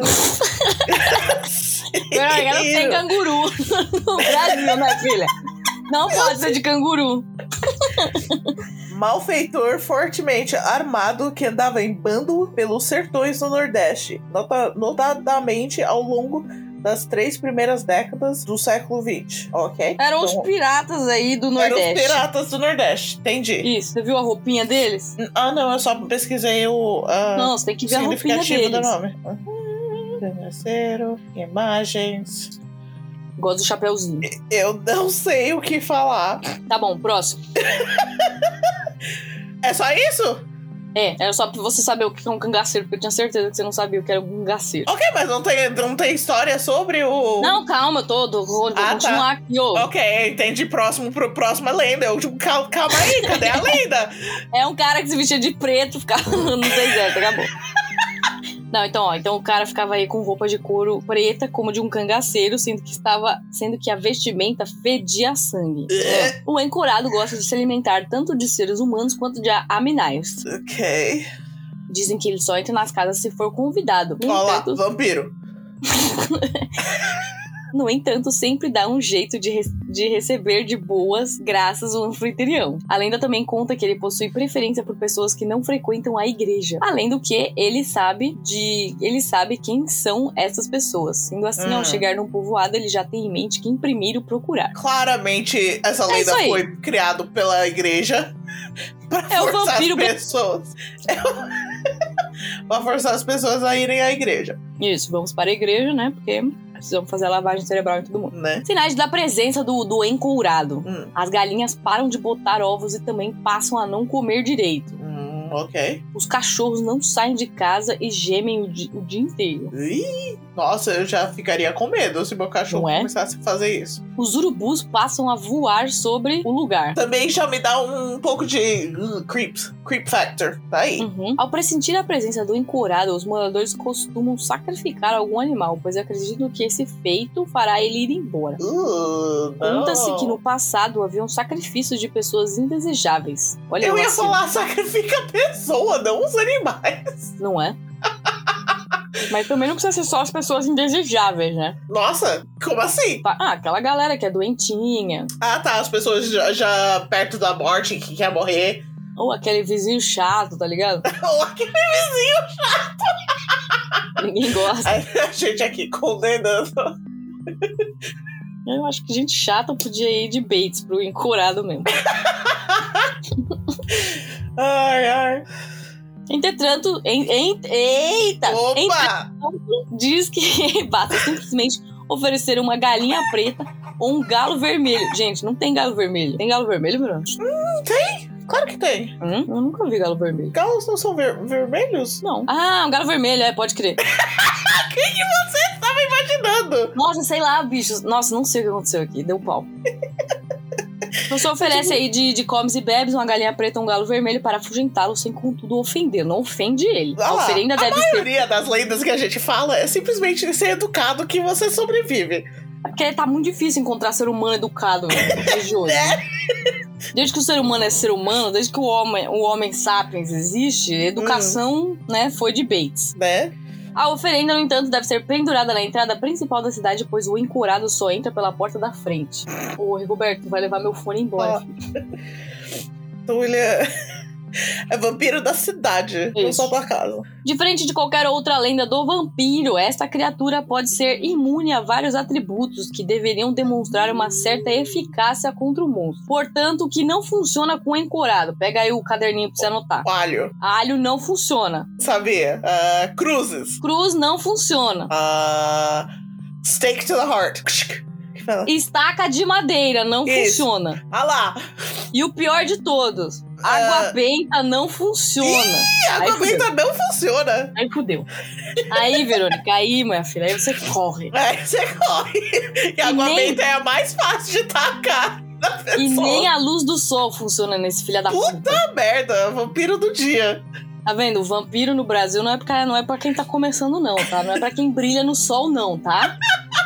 Verônica, não tem canguru no Brasil, né, filha? Não pode ser de canguru. Malfeitor fortemente armado que andava em bando pelos sertões do Nordeste, notadamente ao longo das 3 primeiras décadas do século XX, ok? Eram os piratas aí do Nordeste. Eram os piratas do Nordeste, entendi. Isso, você viu a roupinha deles? Ah, não, eu só pesquisei o não, você tem que ver a roupinha significativo deles. do nome. Cangaceiro, imagens... Gosto do chapeuzinho. Eu não sei o que falar. Tá bom, próximo. É só isso? Era só pra você saber o que é um cangaceiro, porque eu tinha certeza que você não sabia o que era um cangaceiro. Ok, mas não tem história sobre o... Não, calma, vou continuar aqui, ô. Ok, entendi. Próxima lenda. Calma aí, cadê a lenda? É um cara que se vestia de preto, ficava no deserto, acabou. Não, então o cara ficava aí com roupa de couro preta, como de um cangaceiro, sendo que a vestimenta fedia a sangue. O encourado gosta de se alimentar tanto de seres humanos quanto de aminais. Ok. Dizem que ele só entra nas casas se for convidado. Olha lá, vampiro. No entanto, sempre dá um jeito de receber de boas graças ao anfitrião. A lenda também conta que ele possui preferência por pessoas que não frequentam a igreja. Além do que, ele sabe quem são essas pessoas. Sendo assim, ao chegar num povoado, ele já tem em mente quem primeiro procurar. Claramente, essa lenda foi criada pela igreja pra forçar as pessoas. Pra forçar as pessoas a irem à igreja. Isso, vamos para a igreja, né? Porque precisamos fazer a lavagem cerebral em todo mundo. Né? Sinais da presença do encourado. As galinhas param de botar ovos e também passam a não comer direito. Ok. Os cachorros não saem de casa e gemem o dia inteiro. Nossa, eu já ficaria com medo se meu cachorro começasse a fazer isso. Os urubus passam a voar sobre o lugar. Também já me dá um pouco de creep factor. Tá aí. Ao pressentir a presença do encorado, os moradores costumam sacrificar algum animal, pois acreditam que esse feito fará ele ir embora. Conta-se que no passado havia um sacrifício de pessoas indesejáveis. Olha, eu ia falar sacrifica a pessoa, não os animais. Não é? Mas também não precisa ser só as pessoas indesejáveis, né? Nossa, como assim? Aquela galera que é doentinha. Ah, tá, as pessoas já perto da morte, que quer morrer. Ou aquele vizinho chato, tá ligado? Ou aquele vizinho chato. Ninguém gosta. A gente aqui condenando. Eu acho que gente chata podia ir de Bates pro encurado mesmo. Ai. Entretanto, diz que basta simplesmente oferecer uma galinha preta ou um galo vermelho. Gente, não tem galo vermelho. Tem galo vermelho, Bruno? Tem? Claro que tem. Eu nunca vi galo vermelho. Galos não são vermelhos? Não. Um galo vermelho, pode crer. Quem que você estava imaginando? Nossa, sei lá, bichos. Nossa, não sei o que aconteceu aqui. Deu pau. Você oferece aí de comes e bebes uma galinha preta ou um galo vermelho para afugentá-lo sem, contudo, ofender. Não ofende ele. A oferenda deve ser... A maioria das lendas que a gente fala é simplesmente ser educado que você sobrevive. Porque tá muito difícil encontrar ser humano educado de hoje. Desde que o ser humano é ser humano, desde que o homem sapiens existe, a educação, né, foi de Bates. Né? A oferenda, no entanto, deve ser pendurada na entrada principal da cidade, pois o encurado só entra pela porta da frente. Ô, Rigoberto, vai levar meu fone embora. Então ele é vampiro da cidade, não só da casa. Diferente de qualquer outra lenda do vampiro, esta criatura pode ser imune a vários atributos que deveriam demonstrar uma certa eficácia contra o monstro. Portanto, o que não funciona com o encorado? Pega aí o caderninho pra você anotar. Alho. Alho não funciona. Sabia. Cruzes. Cruz não funciona. Stake to the heart. Estaca de madeira não funciona. Lá. E o pior de todos, água benta não funciona. Água benta não funciona. Aí fudeu. Aí, Verônica, aí, minha filha, aí você corre. E a água benta é a mais fácil de tacar. E nem a luz do sol funciona nesse filho da puta. Puta merda, vampiro do dia. Tá vendo? O vampiro no Brasil não é pra quem tá começando, não, tá? Não é pra quem brilha no sol, não, tá?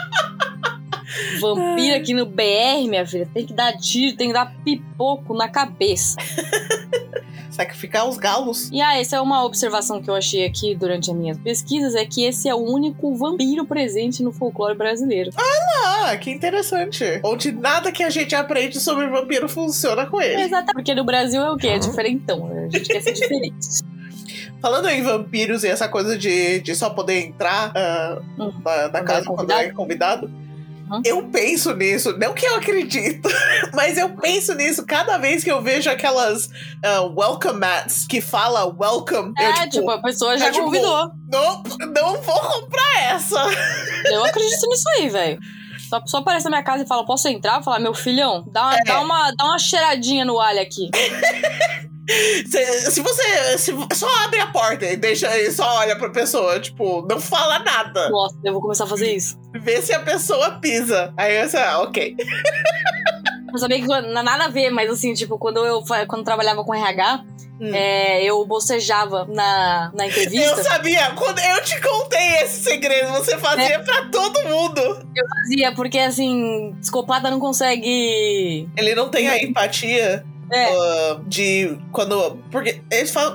Vampiro aqui no BR, minha filha, tem que dar tiro, tem que dar pipoco na cabeça. Sacrificar os galos. E essa é uma observação que eu achei aqui durante as minhas pesquisas, é que esse é o único vampiro presente no folclore brasileiro. Que interessante. Onde nada que a gente aprende sobre vampiro funciona com ele. Exato, porque no Brasil é o quê? É diferentão, né? A gente quer ser diferente. Falando em vampiros e essa coisa de só poder entrar na casa quando é convidado, eu penso nisso, não que eu acredito, mas eu penso nisso cada vez que eu vejo aquelas welcome mats que fala welcome. A pessoa já convidou. Não vou comprar essa. Eu acredito nisso aí, velho. Se a pessoa aparece na minha casa e fala, posso entrar? Eu falo, meu filhão, dá uma cheiradinha no alho aqui. Se você só abre a porta e deixa e só olha pra pessoa, tipo, não fala nada. Nossa, eu vou começar a fazer isso. Vê se a pessoa pisa. Aí você, ok. Eu sabia que nada a ver, mas assim, tipo, quando eu trabalhava com RH, eu bocejava na entrevista. Eu sabia, quando eu te contei esse segredo, você fazia pra todo mundo. Eu fazia, porque assim, psicopata não consegue... Ele não tem a empatia de quando... Porque eles falam...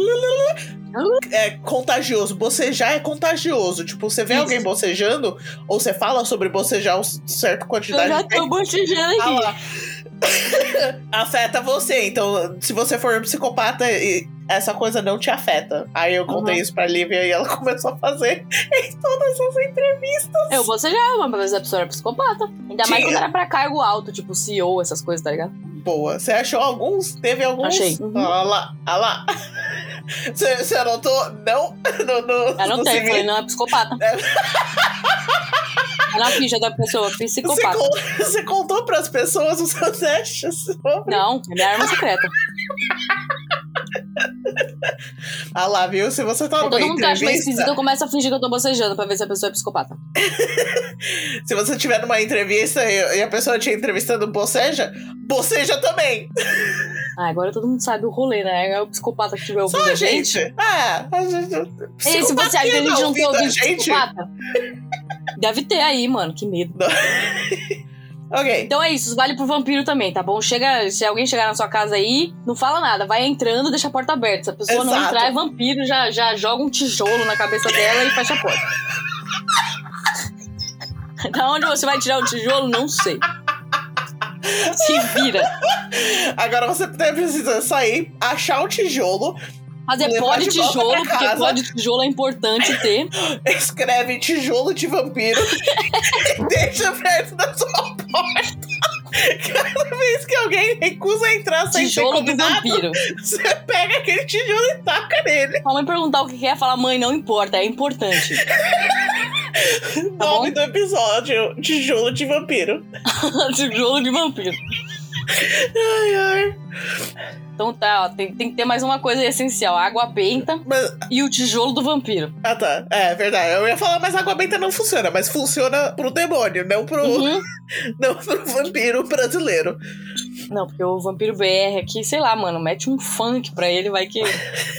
É contagioso. Bocejar é contagioso. Tipo, você vê alguém bocejando, ou você fala sobre bocejar uma certa quantidade de tempo. Eu já tô bocejando aqui. Afeta você. Então, se você for um psicopata, essa coisa não te afeta. Aí eu contei isso pra Lívia e ela começou a fazer em todas as entrevistas. Eu bocejava, mas a pessoa era psicopata. Ainda mais quando era pra cargo alto, tipo CEO, essas coisas, tá ligado? Boa. Você achou alguns? Teve alguns? Achei. Olha lá. Você anotou? Não? Anotei, falei, não é psicopata. É na ficha da pessoa, psicopata. Você contou pras pessoas os seus testes? Não, é minha arma secreta. Ah lá, viu? Se você tá numa Todo mundo que acha meio entrevista... esquisito, eu começo a fingir que eu tô bocejando pra ver se a pessoa é psicopata. Se você tiver numa entrevista e a pessoa te entrevistando boceja também. Ah, agora todo mundo sabe o rolê, né? É o psicopata que tiver ouvindo Só a gente. A gente... E se você acha que a gente não tem ouvido gente... psicopata? Deve ter aí, mano. Que medo. Ok. Então é isso, vale pro vampiro também, tá bom? Se alguém chegar na sua casa aí, não fala nada, vai entrando, deixa a porta aberta. Se a pessoa não entrar, é vampiro, já joga um tijolo na cabeça dela e fecha a porta. Da onde você vai tirar o tijolo, não sei. Se vira. Agora você precisa sair, achar um tijolo. Fazer pó de tijolo, porque pó de tijolo é importante ter. Escreve tijolo de vampiro e deixa perto da sua porta. Cada vez que alguém recusa entrar sem tijolo ser combinado, do vampiro. Você pega aquele tijolo e taca nele. A mãe perguntar o que quer, fala, mãe, não importa, é importante. Tá Nome bom? do episódio: Tijolo de Vampiro. Tijolo de vampiro. Ai, ai. Então tá, ó, tem que ter mais uma coisa essencial: a água benta e o tijolo do vampiro. Ah, tá. É verdade. Eu ia falar, mas água benta não funciona. Mas funciona pro demônio, não pro, não pro vampiro brasileiro. Não, porque o vampiro BR aqui, sei lá, mano, mete um funk pra ele, vai que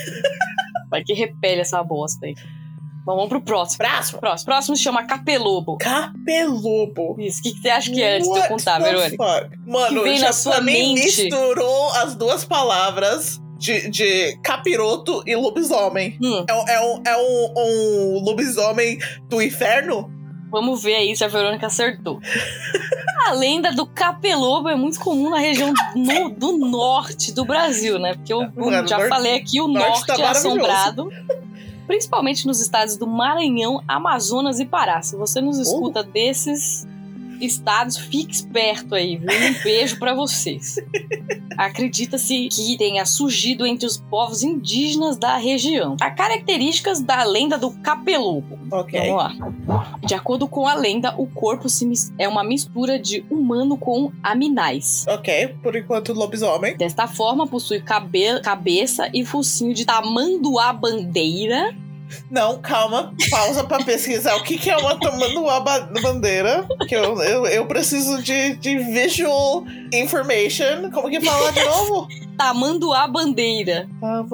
repele essa bosta aí. Bom, vamos pro próximo. Próximo se chama Capelobo. Capelobo. Isso, o que você acha que é antes de eu contar, Verônica? Mano, vem já na sua pra mim mente? misturou as duas palavras de capiroto e lobisomem. É um lobisomem do inferno? Vamos ver aí se a Verônica acertou. A lenda do Capelobo é muito comum na região do norte do Brasil, né? Porque eu já falei aqui, o norte tá é assombrado. Principalmente nos estados do Maranhão, Amazonas e Pará. Se você nos escuta desses estados, fique esperto aí, viu? Um beijo pra vocês. Acredita-se que tenha surgido entre os povos indígenas da região. Há características da lenda do Capelobo. Ok. Vamos lá. De acordo com a lenda, o corpo é uma mistura de humano com aminais. Ok, por enquanto lobisomem. Desta forma, possui cabeça e focinho de tamanduá-bandeira. Não, calma, pausa pra pesquisar o que é uma tamanduá-bandeira. Que eu preciso de visual information. Como que fala de novo? Tamanduá-bandeira.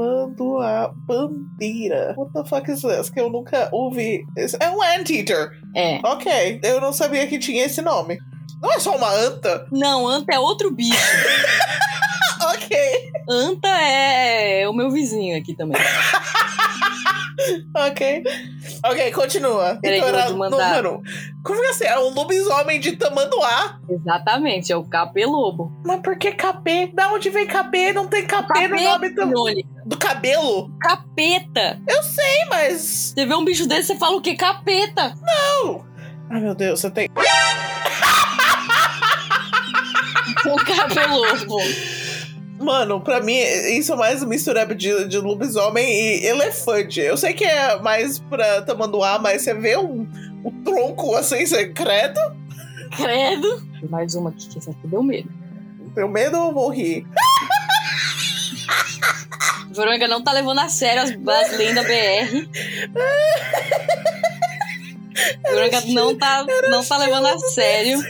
Tamanduá-bandeira. What the fuck is this? Que eu nunca ouvi. É um anteater. É. Ok, eu não sabia que tinha esse nome. Não é só uma anta? Não, anta é outro bicho. Ok. Anta é o meu vizinho aqui também. Ok, continua. Peraí, então que eu era vou te mandar. número. Como que assim? É um lobisomem de tamanduá? Exatamente, é o Capelobo. Mas por que capê? Da onde vem capê? Não tem capê no nome do cabelo? Capeta. Eu sei, mas... Você vê um bicho desse, você fala o quê? Capeta. Não. Ai, meu Deus, você tem... O Capelobo. Mano, pra mim, isso é mais mistureba de lobisomem e elefante. Eu sei que é mais pra tamanduá, mas você vê um tronco assim, você credo? Credo. Mais uma aqui que você deu medo. Deu medo ou morri? Verônica não tá levando a sério as lendas BR. Verônica não tá levando a sério.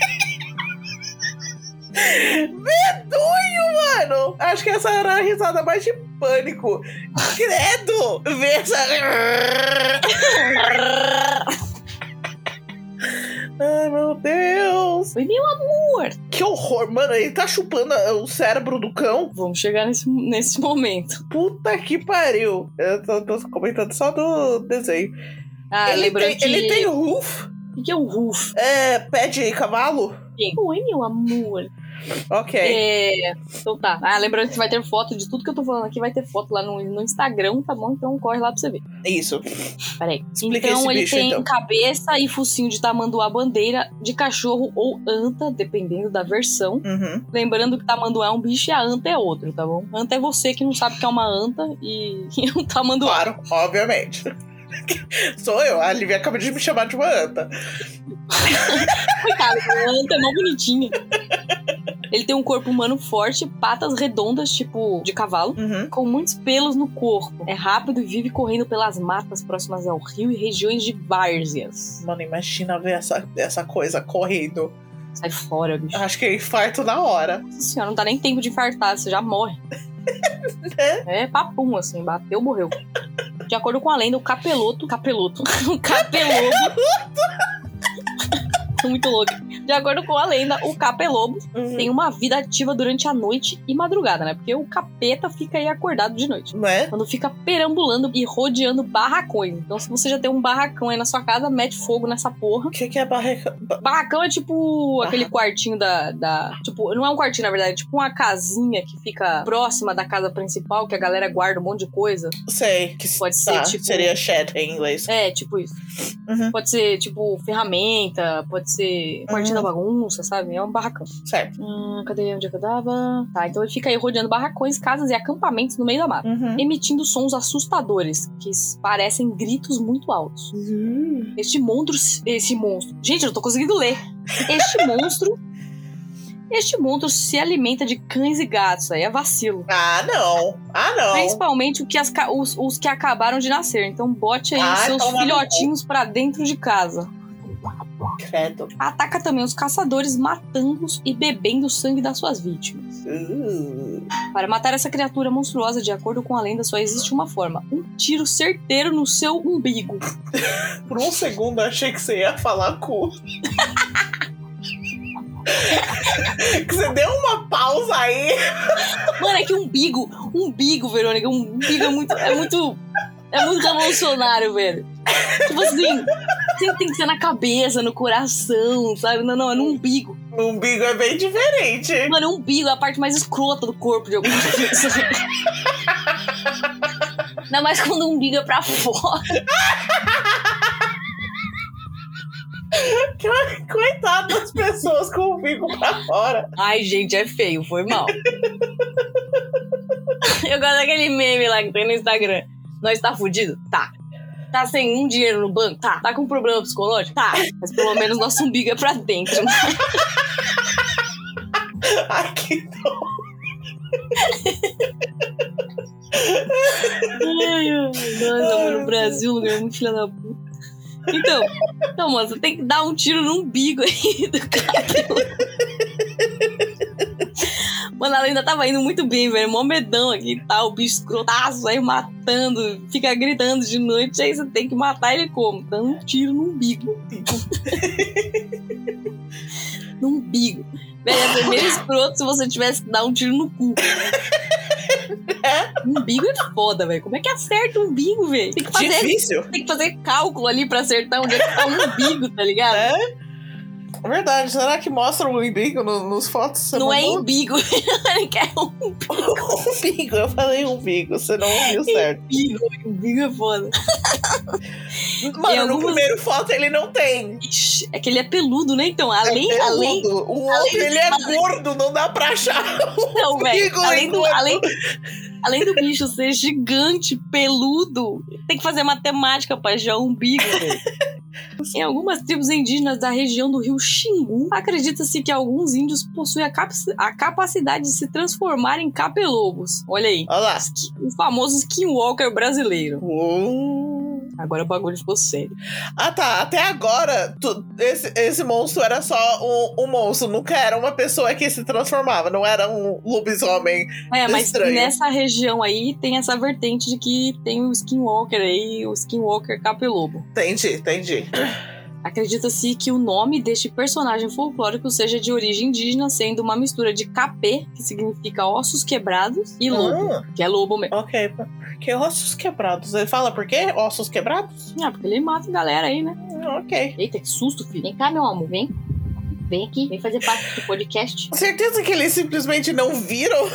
Medonho, mano! Acho que essa era a risada mais de pânico. Credo! Vê essa... Ai, meu Deus! Oi, meu amor! Que horror, mano. Ele tá chupando o cérebro do cão. Vamos chegar nesse momento. Puta que pariu. Eu tô comentando só do desenho. Ele tem roof? O que é um roof? É pé de cavalo? Oi, meu amor. Ok. Então tá. Lembrando que vai ter foto de tudo que eu tô falando aqui. Vai ter foto lá no Instagram, tá bom? Então corre lá pra você ver. Isso. Peraí. Explica então esse ele bicho, tem então. cabeça e focinho de tamanduá bandeira, de cachorro ou anta, dependendo da versão. Uhum. Lembrando que tamanduá é um bicho e a anta é outro, tá bom? Anta é você que não sabe que é uma anta e um tamanduá. Claro, obviamente. Sou eu. A Lívia acaba de me chamar de uma anta. Coitada, a anta é mó bonitinha. Ele tem um corpo humano forte, patas redondas, tipo de cavalo, com muitos pelos no corpo. É rápido e vive correndo pelas matas próximas ao rio e regiões de várzeas. Mano, imagina ver essa coisa correndo. Sai fora, bicho. Acho que é infarto na hora. Nossa senhora, não dá nem tempo de infartar, você já morre. É papum, assim, bateu, morreu. De acordo com a lenda, o capeloto. Tô muito louco. De acordo com a lenda, o capelobo tem uma vida ativa durante a noite e madrugada, né? Porque o capeta fica aí acordado de noite. Não é? Quando fica perambulando e rodeando barracões. Então, se você já tem um barracão aí na sua casa, mete fogo nessa porra. O que é barracão? Barracão é tipo aquele quartinho da... Tipo, não é um quartinho, na verdade. É tipo uma casinha que fica próxima da casa principal, que a galera guarda um monte de coisa. Sei. Que pode ser, tipo... Seria shed em inglês. É, tipo isso. Pode ser, tipo, ferramenta, pode ser quartinho da bagunça, sabe? É um barracão. Certo. Cadê onde é que eu tava? Tá, então ele fica aí rodeando barracões, casas e acampamentos no meio da mata. Emitindo sons assustadores, que parecem gritos muito altos. Esse monstro... Gente, eu não tô conseguindo ler. Este monstro se alimenta de cães e gatos. Aí é vacilo. Ah, não. Principalmente os que acabaram de nascer. Então bote aí seus filhotinhos pra dentro de casa. Credo. Ataca também os caçadores, matando-os e bebendo o sangue das suas vítimas. Para matar essa criatura monstruosa, de acordo com a lenda, só existe uma forma: um tiro certeiro no seu umbigo. Por um segundo eu achei que você ia falar cu. Que você deu uma pausa aí. Mano, é que umbigo, Verônica, umbigo é muito revolucionário, velho. Tipo assim, tem que ser na cabeça, no coração, sabe? Não, é no umbigo. No umbigo é bem diferente. Mano, o umbigo é a parte mais escrota do corpo de algumas pessoas. Ainda mais quando o umbigo é pra fora. Coitado das pessoas com o umbigo pra fora. Ai, gente, é feio, foi mal. Eu gosto daquele meme lá que tem no Instagram. Nós tá fudido? Tá. Tá sem dinheiro no banco? Tá. Tá com problema psicológico? Tá. Mas pelo menos nosso umbigo é pra dentro. Ai, que dó. Nossa, mano, o Brasil é um lugar muito filha da puta. Então, mano, você tem que dar um tiro no umbigo aí do cabelo. Mano, ela ainda tava indo muito bem, velho. Mó medão aqui e tal. O bicho escrotaço aí matando. Fica gritando de noite. Aí você tem que matar ele como? Dando um tiro no umbigo. No umbigo. Velho, é meio escroto se você tivesse que dar um tiro no cu. Umbigo é foda, velho. Como é que acerta o umbigo, velho? Tem que fazer. Difícil. Tem que fazer cálculo ali pra acertar onde é que tá o umbigo, tá ligado? É? Verdade, será que mostra o umbigo nos fotos? Não é umbigo, ele quer umbigo, eu falei umbigo, você não ouviu certo. Umbigo é foda. Mano, no primeiro foto ele não tem. Ixi, é que ele é peludo, né? Então, além o outro ele é gordo, não dá pra achar não, velho, além do bicho ser gigante, peludo, tem que fazer matemática pra achar o umbigo, velho. Em algumas tribos indígenas da região do rio Xingu, acredita-se que alguns índios possuem a capacidade de se transformar em capelobos. Olha aí. Olha lá. O famoso skinwalker brasileiro. Agora o bagulho ficou sério. Ah, tá. Até agora, esse monstro era só um monstro. Nunca era uma pessoa que se transformava. Não era um lobisomem mas estranho. Nessa região aí tem essa vertente de que tem o skinwalker aí, o skinwalker capelobo. Entendi. Acredita-se que o nome deste personagem folclórico seja de origem indígena, sendo uma mistura de capê, que significa ossos quebrados, e lobo, que é lobo mesmo. Ok, porque ossos quebrados. Ele fala por quê? Ossos quebrados? Porque ele mata a galera aí, né? Ok. Eita, que susto, filho. Vem cá, meu amor, vem. Vem aqui, vem fazer parte do podcast. Certeza que eles simplesmente não viram?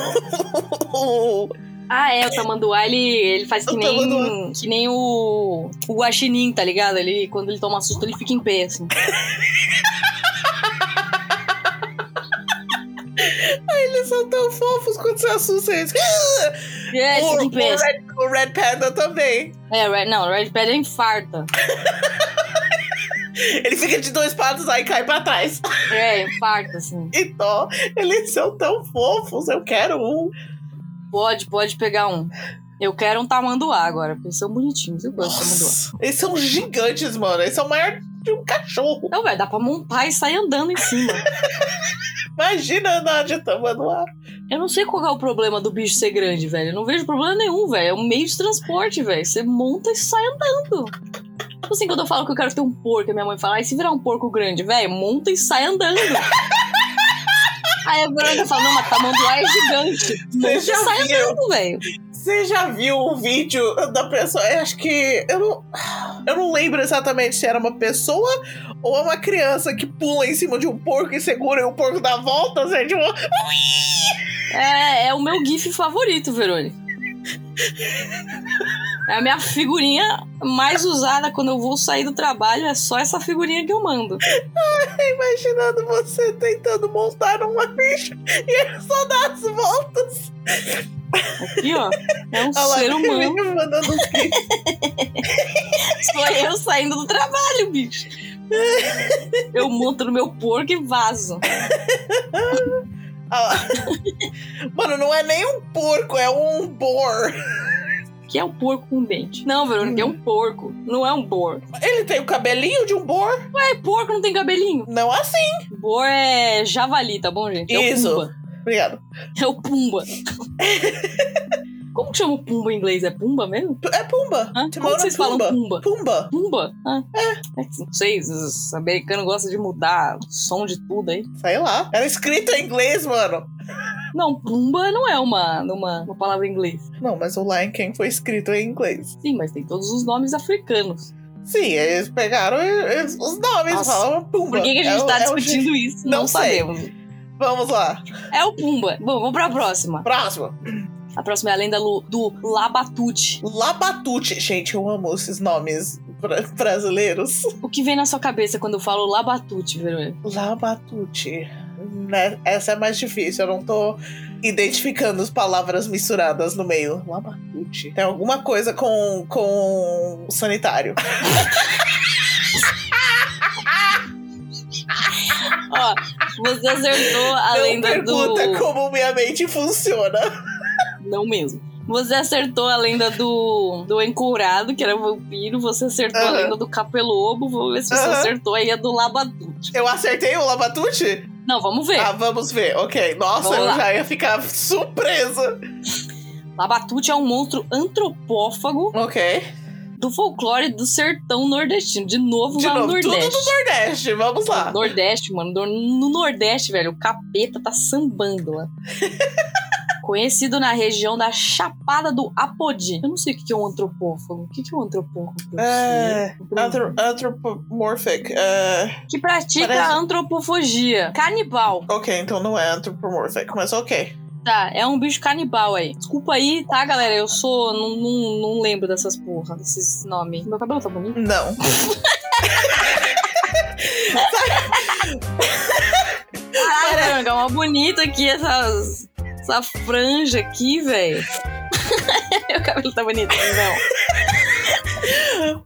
O tamanduá, ele faz que nem o guaxinim, tá ligado? Ele, quando ele toma susto, ele fica em pé, assim. Eles são tão fofos quando você assusta eles. Ele fica em pé. O Red Panda também. O Red Panda infarta. Ele fica de 2 patas, aí cai pra trás. Infarto, assim. Então, eles são tão fofos, eu quero um. Pode pegar um. Eu quero um tamanduá agora, porque eles são bonitinhos. Eu gosto de tamanduá. Eles são gigantes, mano. Eles são maior de um cachorro. Não, velho, dá pra montar e sair andando em cima. Imagina andar de tamanduá. Eu não sei qual é o problema do bicho ser grande, velho. Eu não vejo problema nenhum, velho. É um meio de transporte, velho. Você monta e sai andando. Tipo assim, quando eu falo que eu quero ter um porco, a minha mãe fala, e se virar um porco grande, velho, monta e sai andando. Aí a Verônica fala, não, mas tamanduá é gigante. Monta e sai andando, velho. Você já viu um vídeo da pessoa? Eu acho que... Eu não lembro exatamente se era uma pessoa ou uma criança que pula em cima de um porco e segura e o porco dá volta, assim, tipo... É o meu gif favorito, Verônica. É a minha figurinha mais usada quando eu vou sair do trabalho. É só essa figurinha que eu mando. Imaginando você tentando montar uma bicha e ele só dá as voltas. Aqui, ó. É um ser humano. Mandando um Sou eu saindo do trabalho, bicho. Eu monto no meu porco e vazo. Mano, não é nem um porco, é um boar. Que é um porco com dente. Não, Verônica, é um porco. Não é um boar. Ele tem o cabelinho de um boar? Ué, porco não tem cabelinho? Não assim. Boar é javali, tá bom, gente? É isso. O Pumba. Obrigado. É o Pumba. Como que chama o Pumba em inglês? É Pumba mesmo? É Pumba. Como vocês falam Pumba? Pumba. Pumba? Não sei, os americanos gostam de mudar o som de tudo aí. Sei lá. Era escrito em inglês, mano. Não, Pumba não é uma palavra em inglês. Não, mas o Lion King foi escrito em inglês. Sim, mas tem todos os nomes africanos. Sim, eles pegaram os nomes, falavam Pumba. Por que a gente tá discutindo isso? Não sabemos. Vamos lá. É o Pumba. Bom, vamos pra próxima. Próxima. A próxima é a lenda do Labatute. Labatute. Gente, eu amo esses nomes brasileiros. O que vem na sua cabeça quando eu falo Labatute, Verônica? Labatute. Né? Essa é mais difícil. Eu não tô identificando as palavras misturadas no meio. Labatute. Tem alguma coisa com sanitário. Ó, você acertou a lenda do... Não pergunta como minha mente funciona. Não mesmo. Você acertou a lenda do Encourado, que era vampiro. Você acertou a lenda do Capelobo. Vou ver se você acertou aí a do Labatute. Eu acertei o Labatute? Não, vamos ver. Vamos ver. Ok. Nossa, eu já ia ficar surpresa. Labatute é um monstro antropófago. Ok. Do folclore do sertão nordestino. De novo lá no Nordeste. Tudo do Nordeste. Vamos lá. Nordeste, mano. No Nordeste, velho, o capeta tá sambando lá. Conhecido na região da Chapada do Apodi. Eu não sei o que é um antropófago. O que é um antropófago? Anthropomorphic. Que pratica antropofagia. Canibal. Ok, então não é anthropomorphic, mas ok. Tá, é um bicho canibal aí. Desculpa aí, tá, galera? Eu sou... Não lembro dessas porra, desses nomes. Meu cabelo tá bonito? Não. Caralho, é uma bonita aqui essa franja aqui, velho. Meu cabelo tá bonito, não.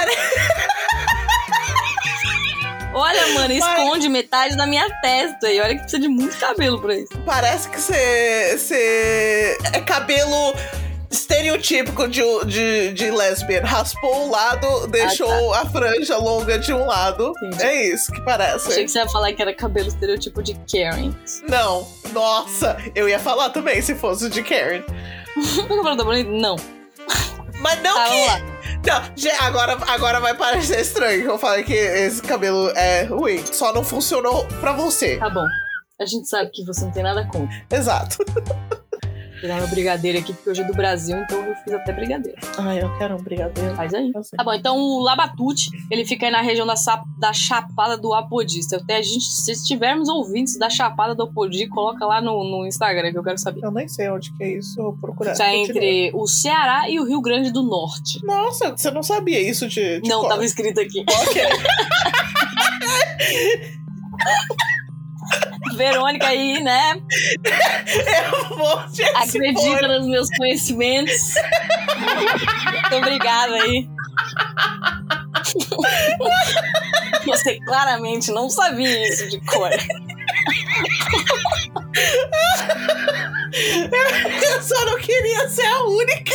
Olha, mano, esconde metade da minha testa. E olha que precisa de muito cabelo pra isso. Parece que você é cabelo estereotípico de lesbian. Raspou um lado, deixou a franja longa de um lado. Entendi. É isso que parece. Achei que você ia falar que era cabelo estereotipo de Karen. Não. Nossa, eu ia falar também se fosse o de Karen. Meu cabelo tá bonito? Não. Mas não tá, que... Não, agora vai parecer estranho que eu falei que esse cabelo é ruim. Só não funcionou pra você. Tá bom. A gente sabe que você não tem nada contra. Exato. Vou tirar meu brigadeiro aqui, porque hoje é do Brasil, então eu fiz até brigadeiro. Ai, eu quero um brigadeiro. Faz aí. Tá bom, então o Labatute, ele fica aí na região da Chapada do Apodi. Até se estivermos ouvintes da Chapada do Apodi, coloca lá no Instagram, que eu quero saber. Eu nem sei onde que é isso, eu vou procurar. Fica entre o Ceará e o Rio Grande do Norte. Nossa, você não sabia isso de Não, cor. Tava escrito aqui. Ok. Verônica aí, né? Eu vou te acredita nos meus conhecimentos. Muito obrigada aí. Você claramente não sabia isso de cor. Eu só não queria ser a única.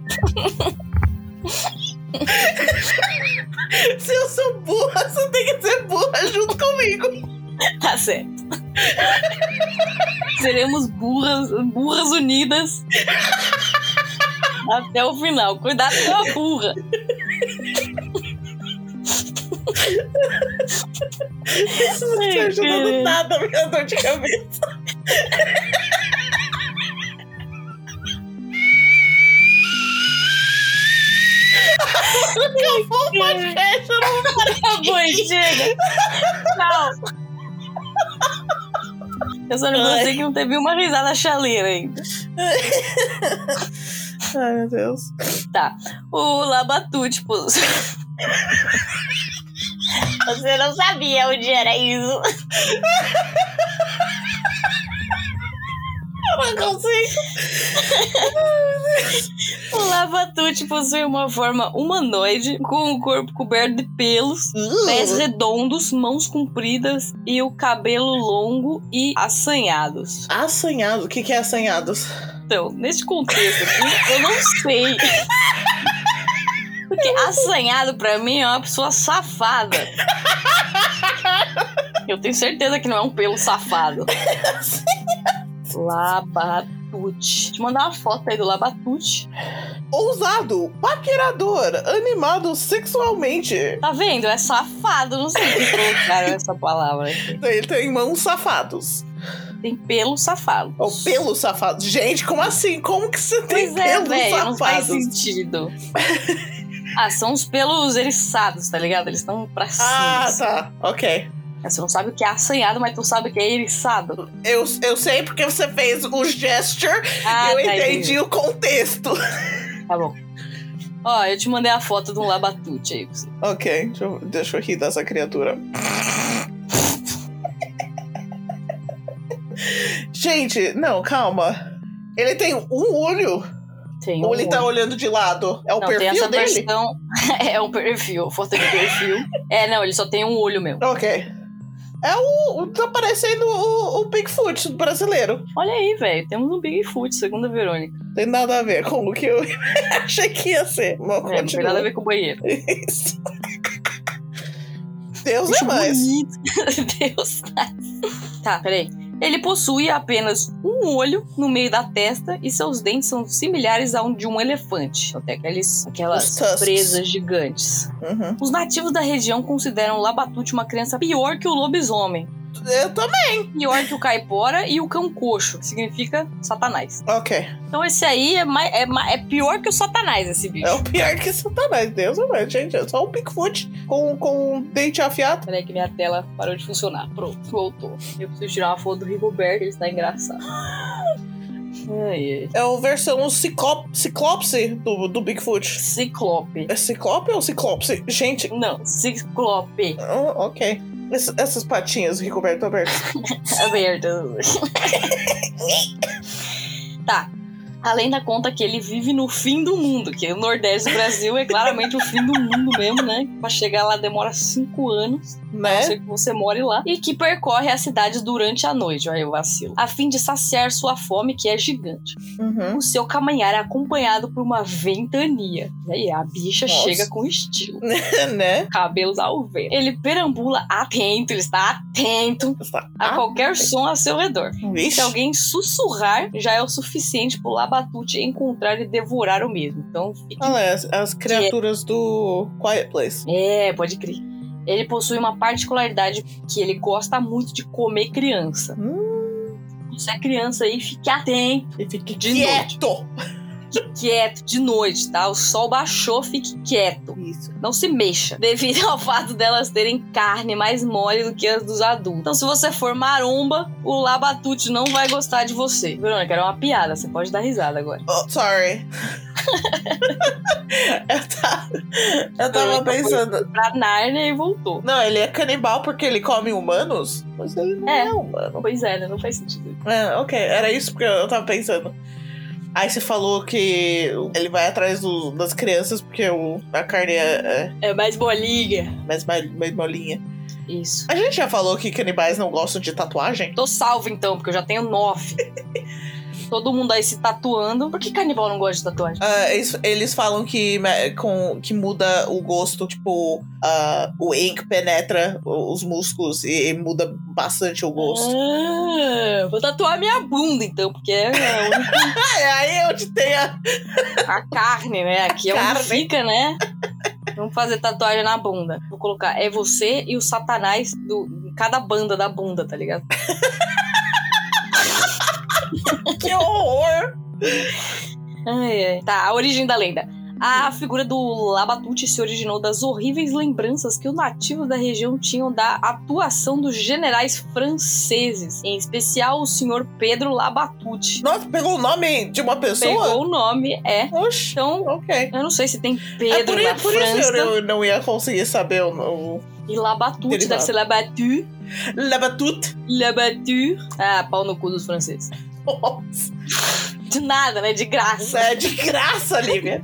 Se eu sou burra, você tem que ser burra junto comigo. Tá certo. Seremos burras unidas até o final. Cuidado com a burra. Isso não tá ajudando nada a minha dor de cabeça. Acabou o podcast, eu não vou parar. Acabou, chega. Tchau. Eu só não gostei que não teve uma risada chaleira ainda. Ai, meu Deus. Tá. O Labatute, pô. Você não sabia onde era isso. Eu não consigo. O Labatute possui uma forma humanoide, com o corpo coberto de pelos, pés redondos, mãos compridas e o cabelo longo e assanhados. Assanhado? O que é assanhados? Então, nesse contexto aqui, eu não sei. Porque assanhado pra mim é uma pessoa safada. Eu tenho certeza que não é um pelo safado. Labatute. Deixa eu mandar uma foto aí do Labatute. Ousado, paquerador, animado sexualmente. Tá vendo? É safado. Não sei que colocaram essa palavra aqui. Ele tem mãos safados. Tem pelo safado. Ou pelo safado. Gente, como assim? Como que você tem pelos safados? Não faz sentido. São os pelos eriçados, tá ligado? Eles estão pra cima. Tá. Ok. Você não sabe o que é assanhado, mas tu sabe o que é eriçado. Eu sei porque você fez o gesture e eu entendi o contexto. Tá bom. Ó, eu te mandei a foto de um Labatute aí pra você. Ok, deixa eu rir dessa criatura. Gente, não, calma. Ele tem um olho? Tem Ou ele tá olhando de lado? É o perfil tem essa dele? Versão... É um perfil, foto de perfil. Não, ele só tem um olho mesmo. Ok. Tá parecendo o Bigfoot brasileiro. Olha aí, velho. Temos um Bigfoot, segundo a Verônica. Tem nada a ver com o que eu achei que ia ser. Não tem nada a ver com o banheiro. Isso. Deus é mais. Deus. Tá, peraí. Ele possui apenas um olho no meio da testa e seus dentes são similares ao de um elefante. Até aquelas presas gigantes. Uhum. Os nativos da região consideram o Labatute uma criança pior que o lobisomem. Eu também. Pior que o caipora e o cão coxo, que significa satanás. Ok. Então esse aí é pior que o satanás, esse bicho. É o pior que satanás. Deus é mais, gente. É só um Bigfoot com dente afiado. Peraí que minha tela parou de funcionar. Pronto, voltou. Eu preciso tirar uma foto do Rigoberto, ele está engraçado. É a versão ciclopse do Bigfoot. Ciclope. É ciclope ou ciclopse? Gente. Não, ciclope. Ok. Essas patinhas, Rigoberto, abertas. Abertas. Tá. Além da conta que ele vive no fim do mundo, que o Nordeste do Brasil é claramente o fim do mundo mesmo, né? Pra chegar lá demora 5 anos, né? A não ser que você more lá. E que percorre a cidade durante a noite, olha o vacilo, a fim de saciar sua fome, que é gigante. Uhum. O seu caminhar é acompanhado por uma ventania. E aí, a bicha chega com estilo. Né? Cabelos ao vento. Ele perambula atento, ele está atento a qualquer som a seu redor. Vixe. Se alguém sussurrar, já é o suficiente pro Labatute encontrar e devorar o mesmo. Então, fique... Olha, as criaturas do Quiet Place. Pode crer. Ele possui uma particularidade que ele gosta muito de comer criança. Se é criança aí, fique atento. E fique quieto. Fique quieto de noite, tá? O sol baixou, fique quieto. Isso. Não se mexa. Devido ao fato delas terem carne mais mole do que as dos adultos. Então, se você for maromba, o Labatute não vai gostar de você. Verônica, era uma piada. Você pode dar risada agora. Oh, sorry. eu tava pensando. Pra Nárnia e voltou. Não, ele é canibal porque ele come humanos? Mas ele não é humano. Pois é, né? Não faz sentido. Ok. Era isso porque eu tava pensando. Aí você falou que ele vai atrás das crianças porque a carne é mais bolinha. Mais molinha. Isso. A gente já falou que canibais não gostam de tatuagem? Tô salvo então, porque eu já tenho 9. Todo mundo aí se tatuando. Por que canibal não gosta de tatuagem? Eles falam que muda o gosto, tipo, o ink penetra os músculos e muda bastante o gosto. Vou tatuar minha bunda então, porque é a única... É aí onde tem a carne, né? Aqui é onde fica, né? Vamos fazer tatuagem na bunda. Vou colocar, é você e o Satanás em cada banda da bunda, tá ligado? Que horror! Ai. Tá, a origem da lenda. A figura do Labatut se originou das horríveis lembranças que os nativos da região tinham da atuação dos generais franceses, em especial o senhor Pedro Labatut. Nossa, pegou o nome de uma pessoa? Pegou o nome, Oxi, então, ok. eu não sei se tem Pedro na por França. Isso eu não ia conseguir saber o... E Labatut deve ser Labatut. Labatut. Labatut. Ah, pau no cu dos franceses. Nossa. De nada, né? De graça. É de graça, Lívia.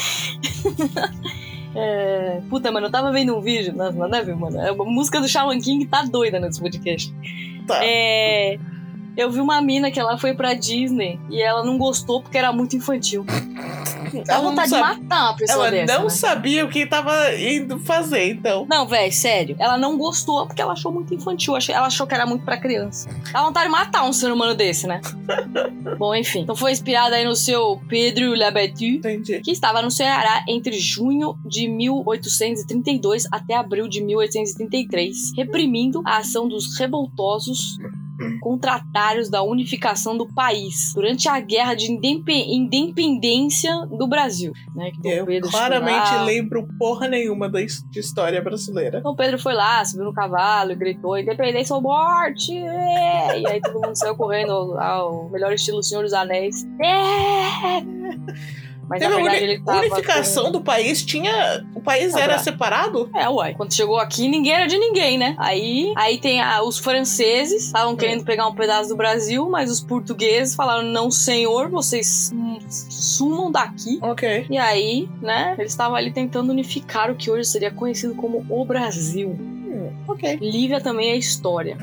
Puta, mano, eu tava vendo um vídeo. Nossa, nada a ver, mano. A música do Shaman King tá doida nesse podcast. Tá. Eu vi uma mina que ela foi pra Disney e ela não gostou porque era muito infantil. Dá vontade de matar uma pessoa dessa. Ela não né? sabia o que tava indo fazer, então. Não, velho, sério. Ela não gostou porque ela achou muito infantil. Ela achou que era muito pra criança. Dá vontade de matar um ser humano desse, né? Bom, enfim. Então foi inspirada aí no seu Pedro Labatut. Entendi. Que estava no Ceará entre junho de 1832 até abril de 1833, reprimindo a ação dos revoltosos contratários da unificação do país durante a guerra de independência do Brasil, né? Que Eu Pedro claramente lembro porra nenhuma de história brasileira. Então Pedro foi lá, subiu no cavalo e gritou: independência ou morte! E aí todo mundo saiu correndo ao melhor estilo Senhor dos Anéis. Mas na verdade ele tava unificação do país tinha... O país era separado? Uai. Quando chegou aqui, ninguém era de ninguém, né? Aí tem os franceses, estavam querendo pegar um pedaço do Brasil, mas os portugueses falaram: não, senhor, vocês sumam daqui. Ok. E aí, né, eles estavam ali tentando unificar o que hoje seria conhecido como o Brasil. Ok. Lívia também é história.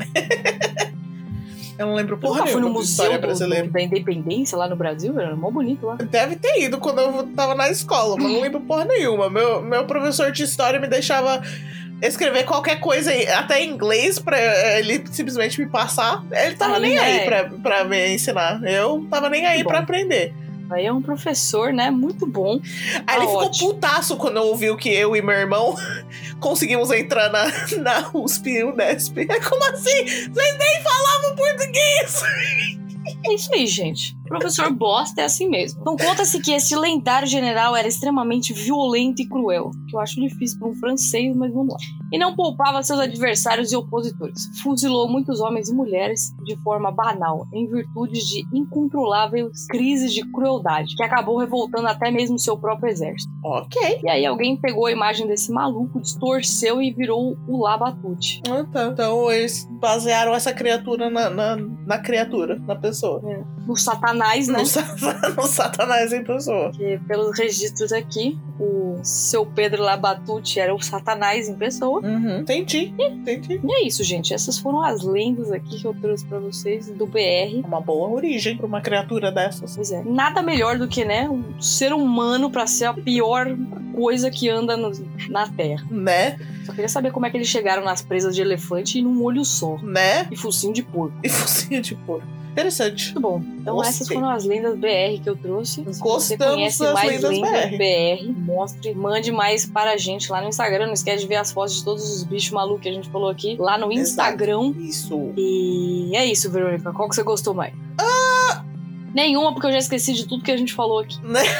Eu não lembro porra nenhuma. Fui no museu da independência lá no Brasil, era mó bonito lá. Deve ter ido quando eu tava na escola, mas não lembro porra nenhuma. Meu professor de história me deixava escrever qualquer coisa, até em inglês, pra ele simplesmente me passar. Ele tava nem aí pra me ensinar. Eu tava nem aí pra aprender. Aí é um professor, né? Muito bom. Aí ele ficou putaço quando ouviu que eu e meu irmão conseguimos entrar na USP e UNESP. É como assim? Vocês nem falavam português! É isso aí, gente. O professor bosta é assim mesmo. Então conta-se que esse lendário general era extremamente violento e cruel, que eu acho difícil para um francês, mas vamos lá. E não poupava seus adversários e opositores. Fuzilou muitos homens e mulheres de forma banal, em virtude de incontroláveis crises de crueldade, que acabou revoltando até mesmo seu próprio exército. Ok. E aí alguém pegou a imagem desse maluco, distorceu e virou o Labatut. Então eles basearam essa criatura na criatura, na pessoa. No Satanás, né? No Satanás em pessoa. Que, pelos registros aqui, o seu Pedro Labatut era o Satanás em pessoa. Entendi. E é isso, gente. Essas foram as lendas aqui que eu trouxe pra vocês do BR. Uma boa origem pra uma criatura dessas. Pois é. Nada melhor do que, né, um ser humano pra ser a pior coisa que anda na Terra. Né? Só queria saber como é que eles chegaram nas presas de elefante e num olho só. Né? E focinho de porco. Interessante. Muito bom. Então essas foram as lendas BR que eu trouxe. Se você Gostamos conhece das mais lendas BR, mostre, mande mais para a gente lá no Instagram. Não esquece de ver as fotos de todos os bichos malucos que a gente falou aqui lá no Instagram. Isso. E é isso, Verônica. Qual que você gostou mais? Nenhuma, porque eu já esqueci de tudo que a gente falou aqui.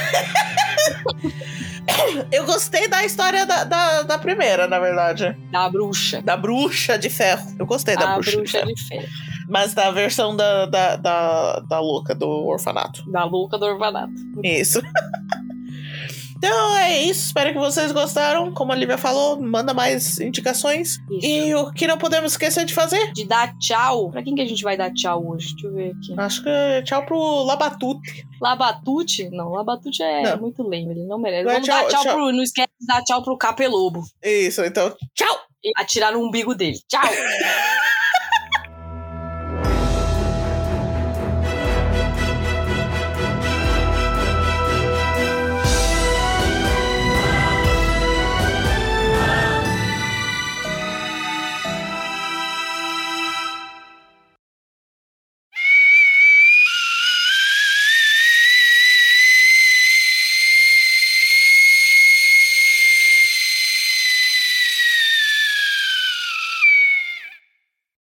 Eu gostei da história da primeira, na verdade. Da bruxa. Da bruxa de ferro. Eu gostei da bruxa de ferro. Mas da versão da louca do orfanato. Da louca do orfanato. Isso. Então é isso, espero que vocês gostaram. Como a Lívia falou, manda mais indicações. Isso. E o que não podemos esquecer de fazer? De dar tchau. Pra quem que a gente vai dar tchau hoje? Deixa eu ver aqui. Acho que é tchau pro Labatut. Labatut? Não, Labatut é muito lame, ele não merece. Não, vamos dar tchau pro... Não esquece de dar tchau pro Capelobo. Isso, então tchau! e atirar no umbigo dele. Tchau!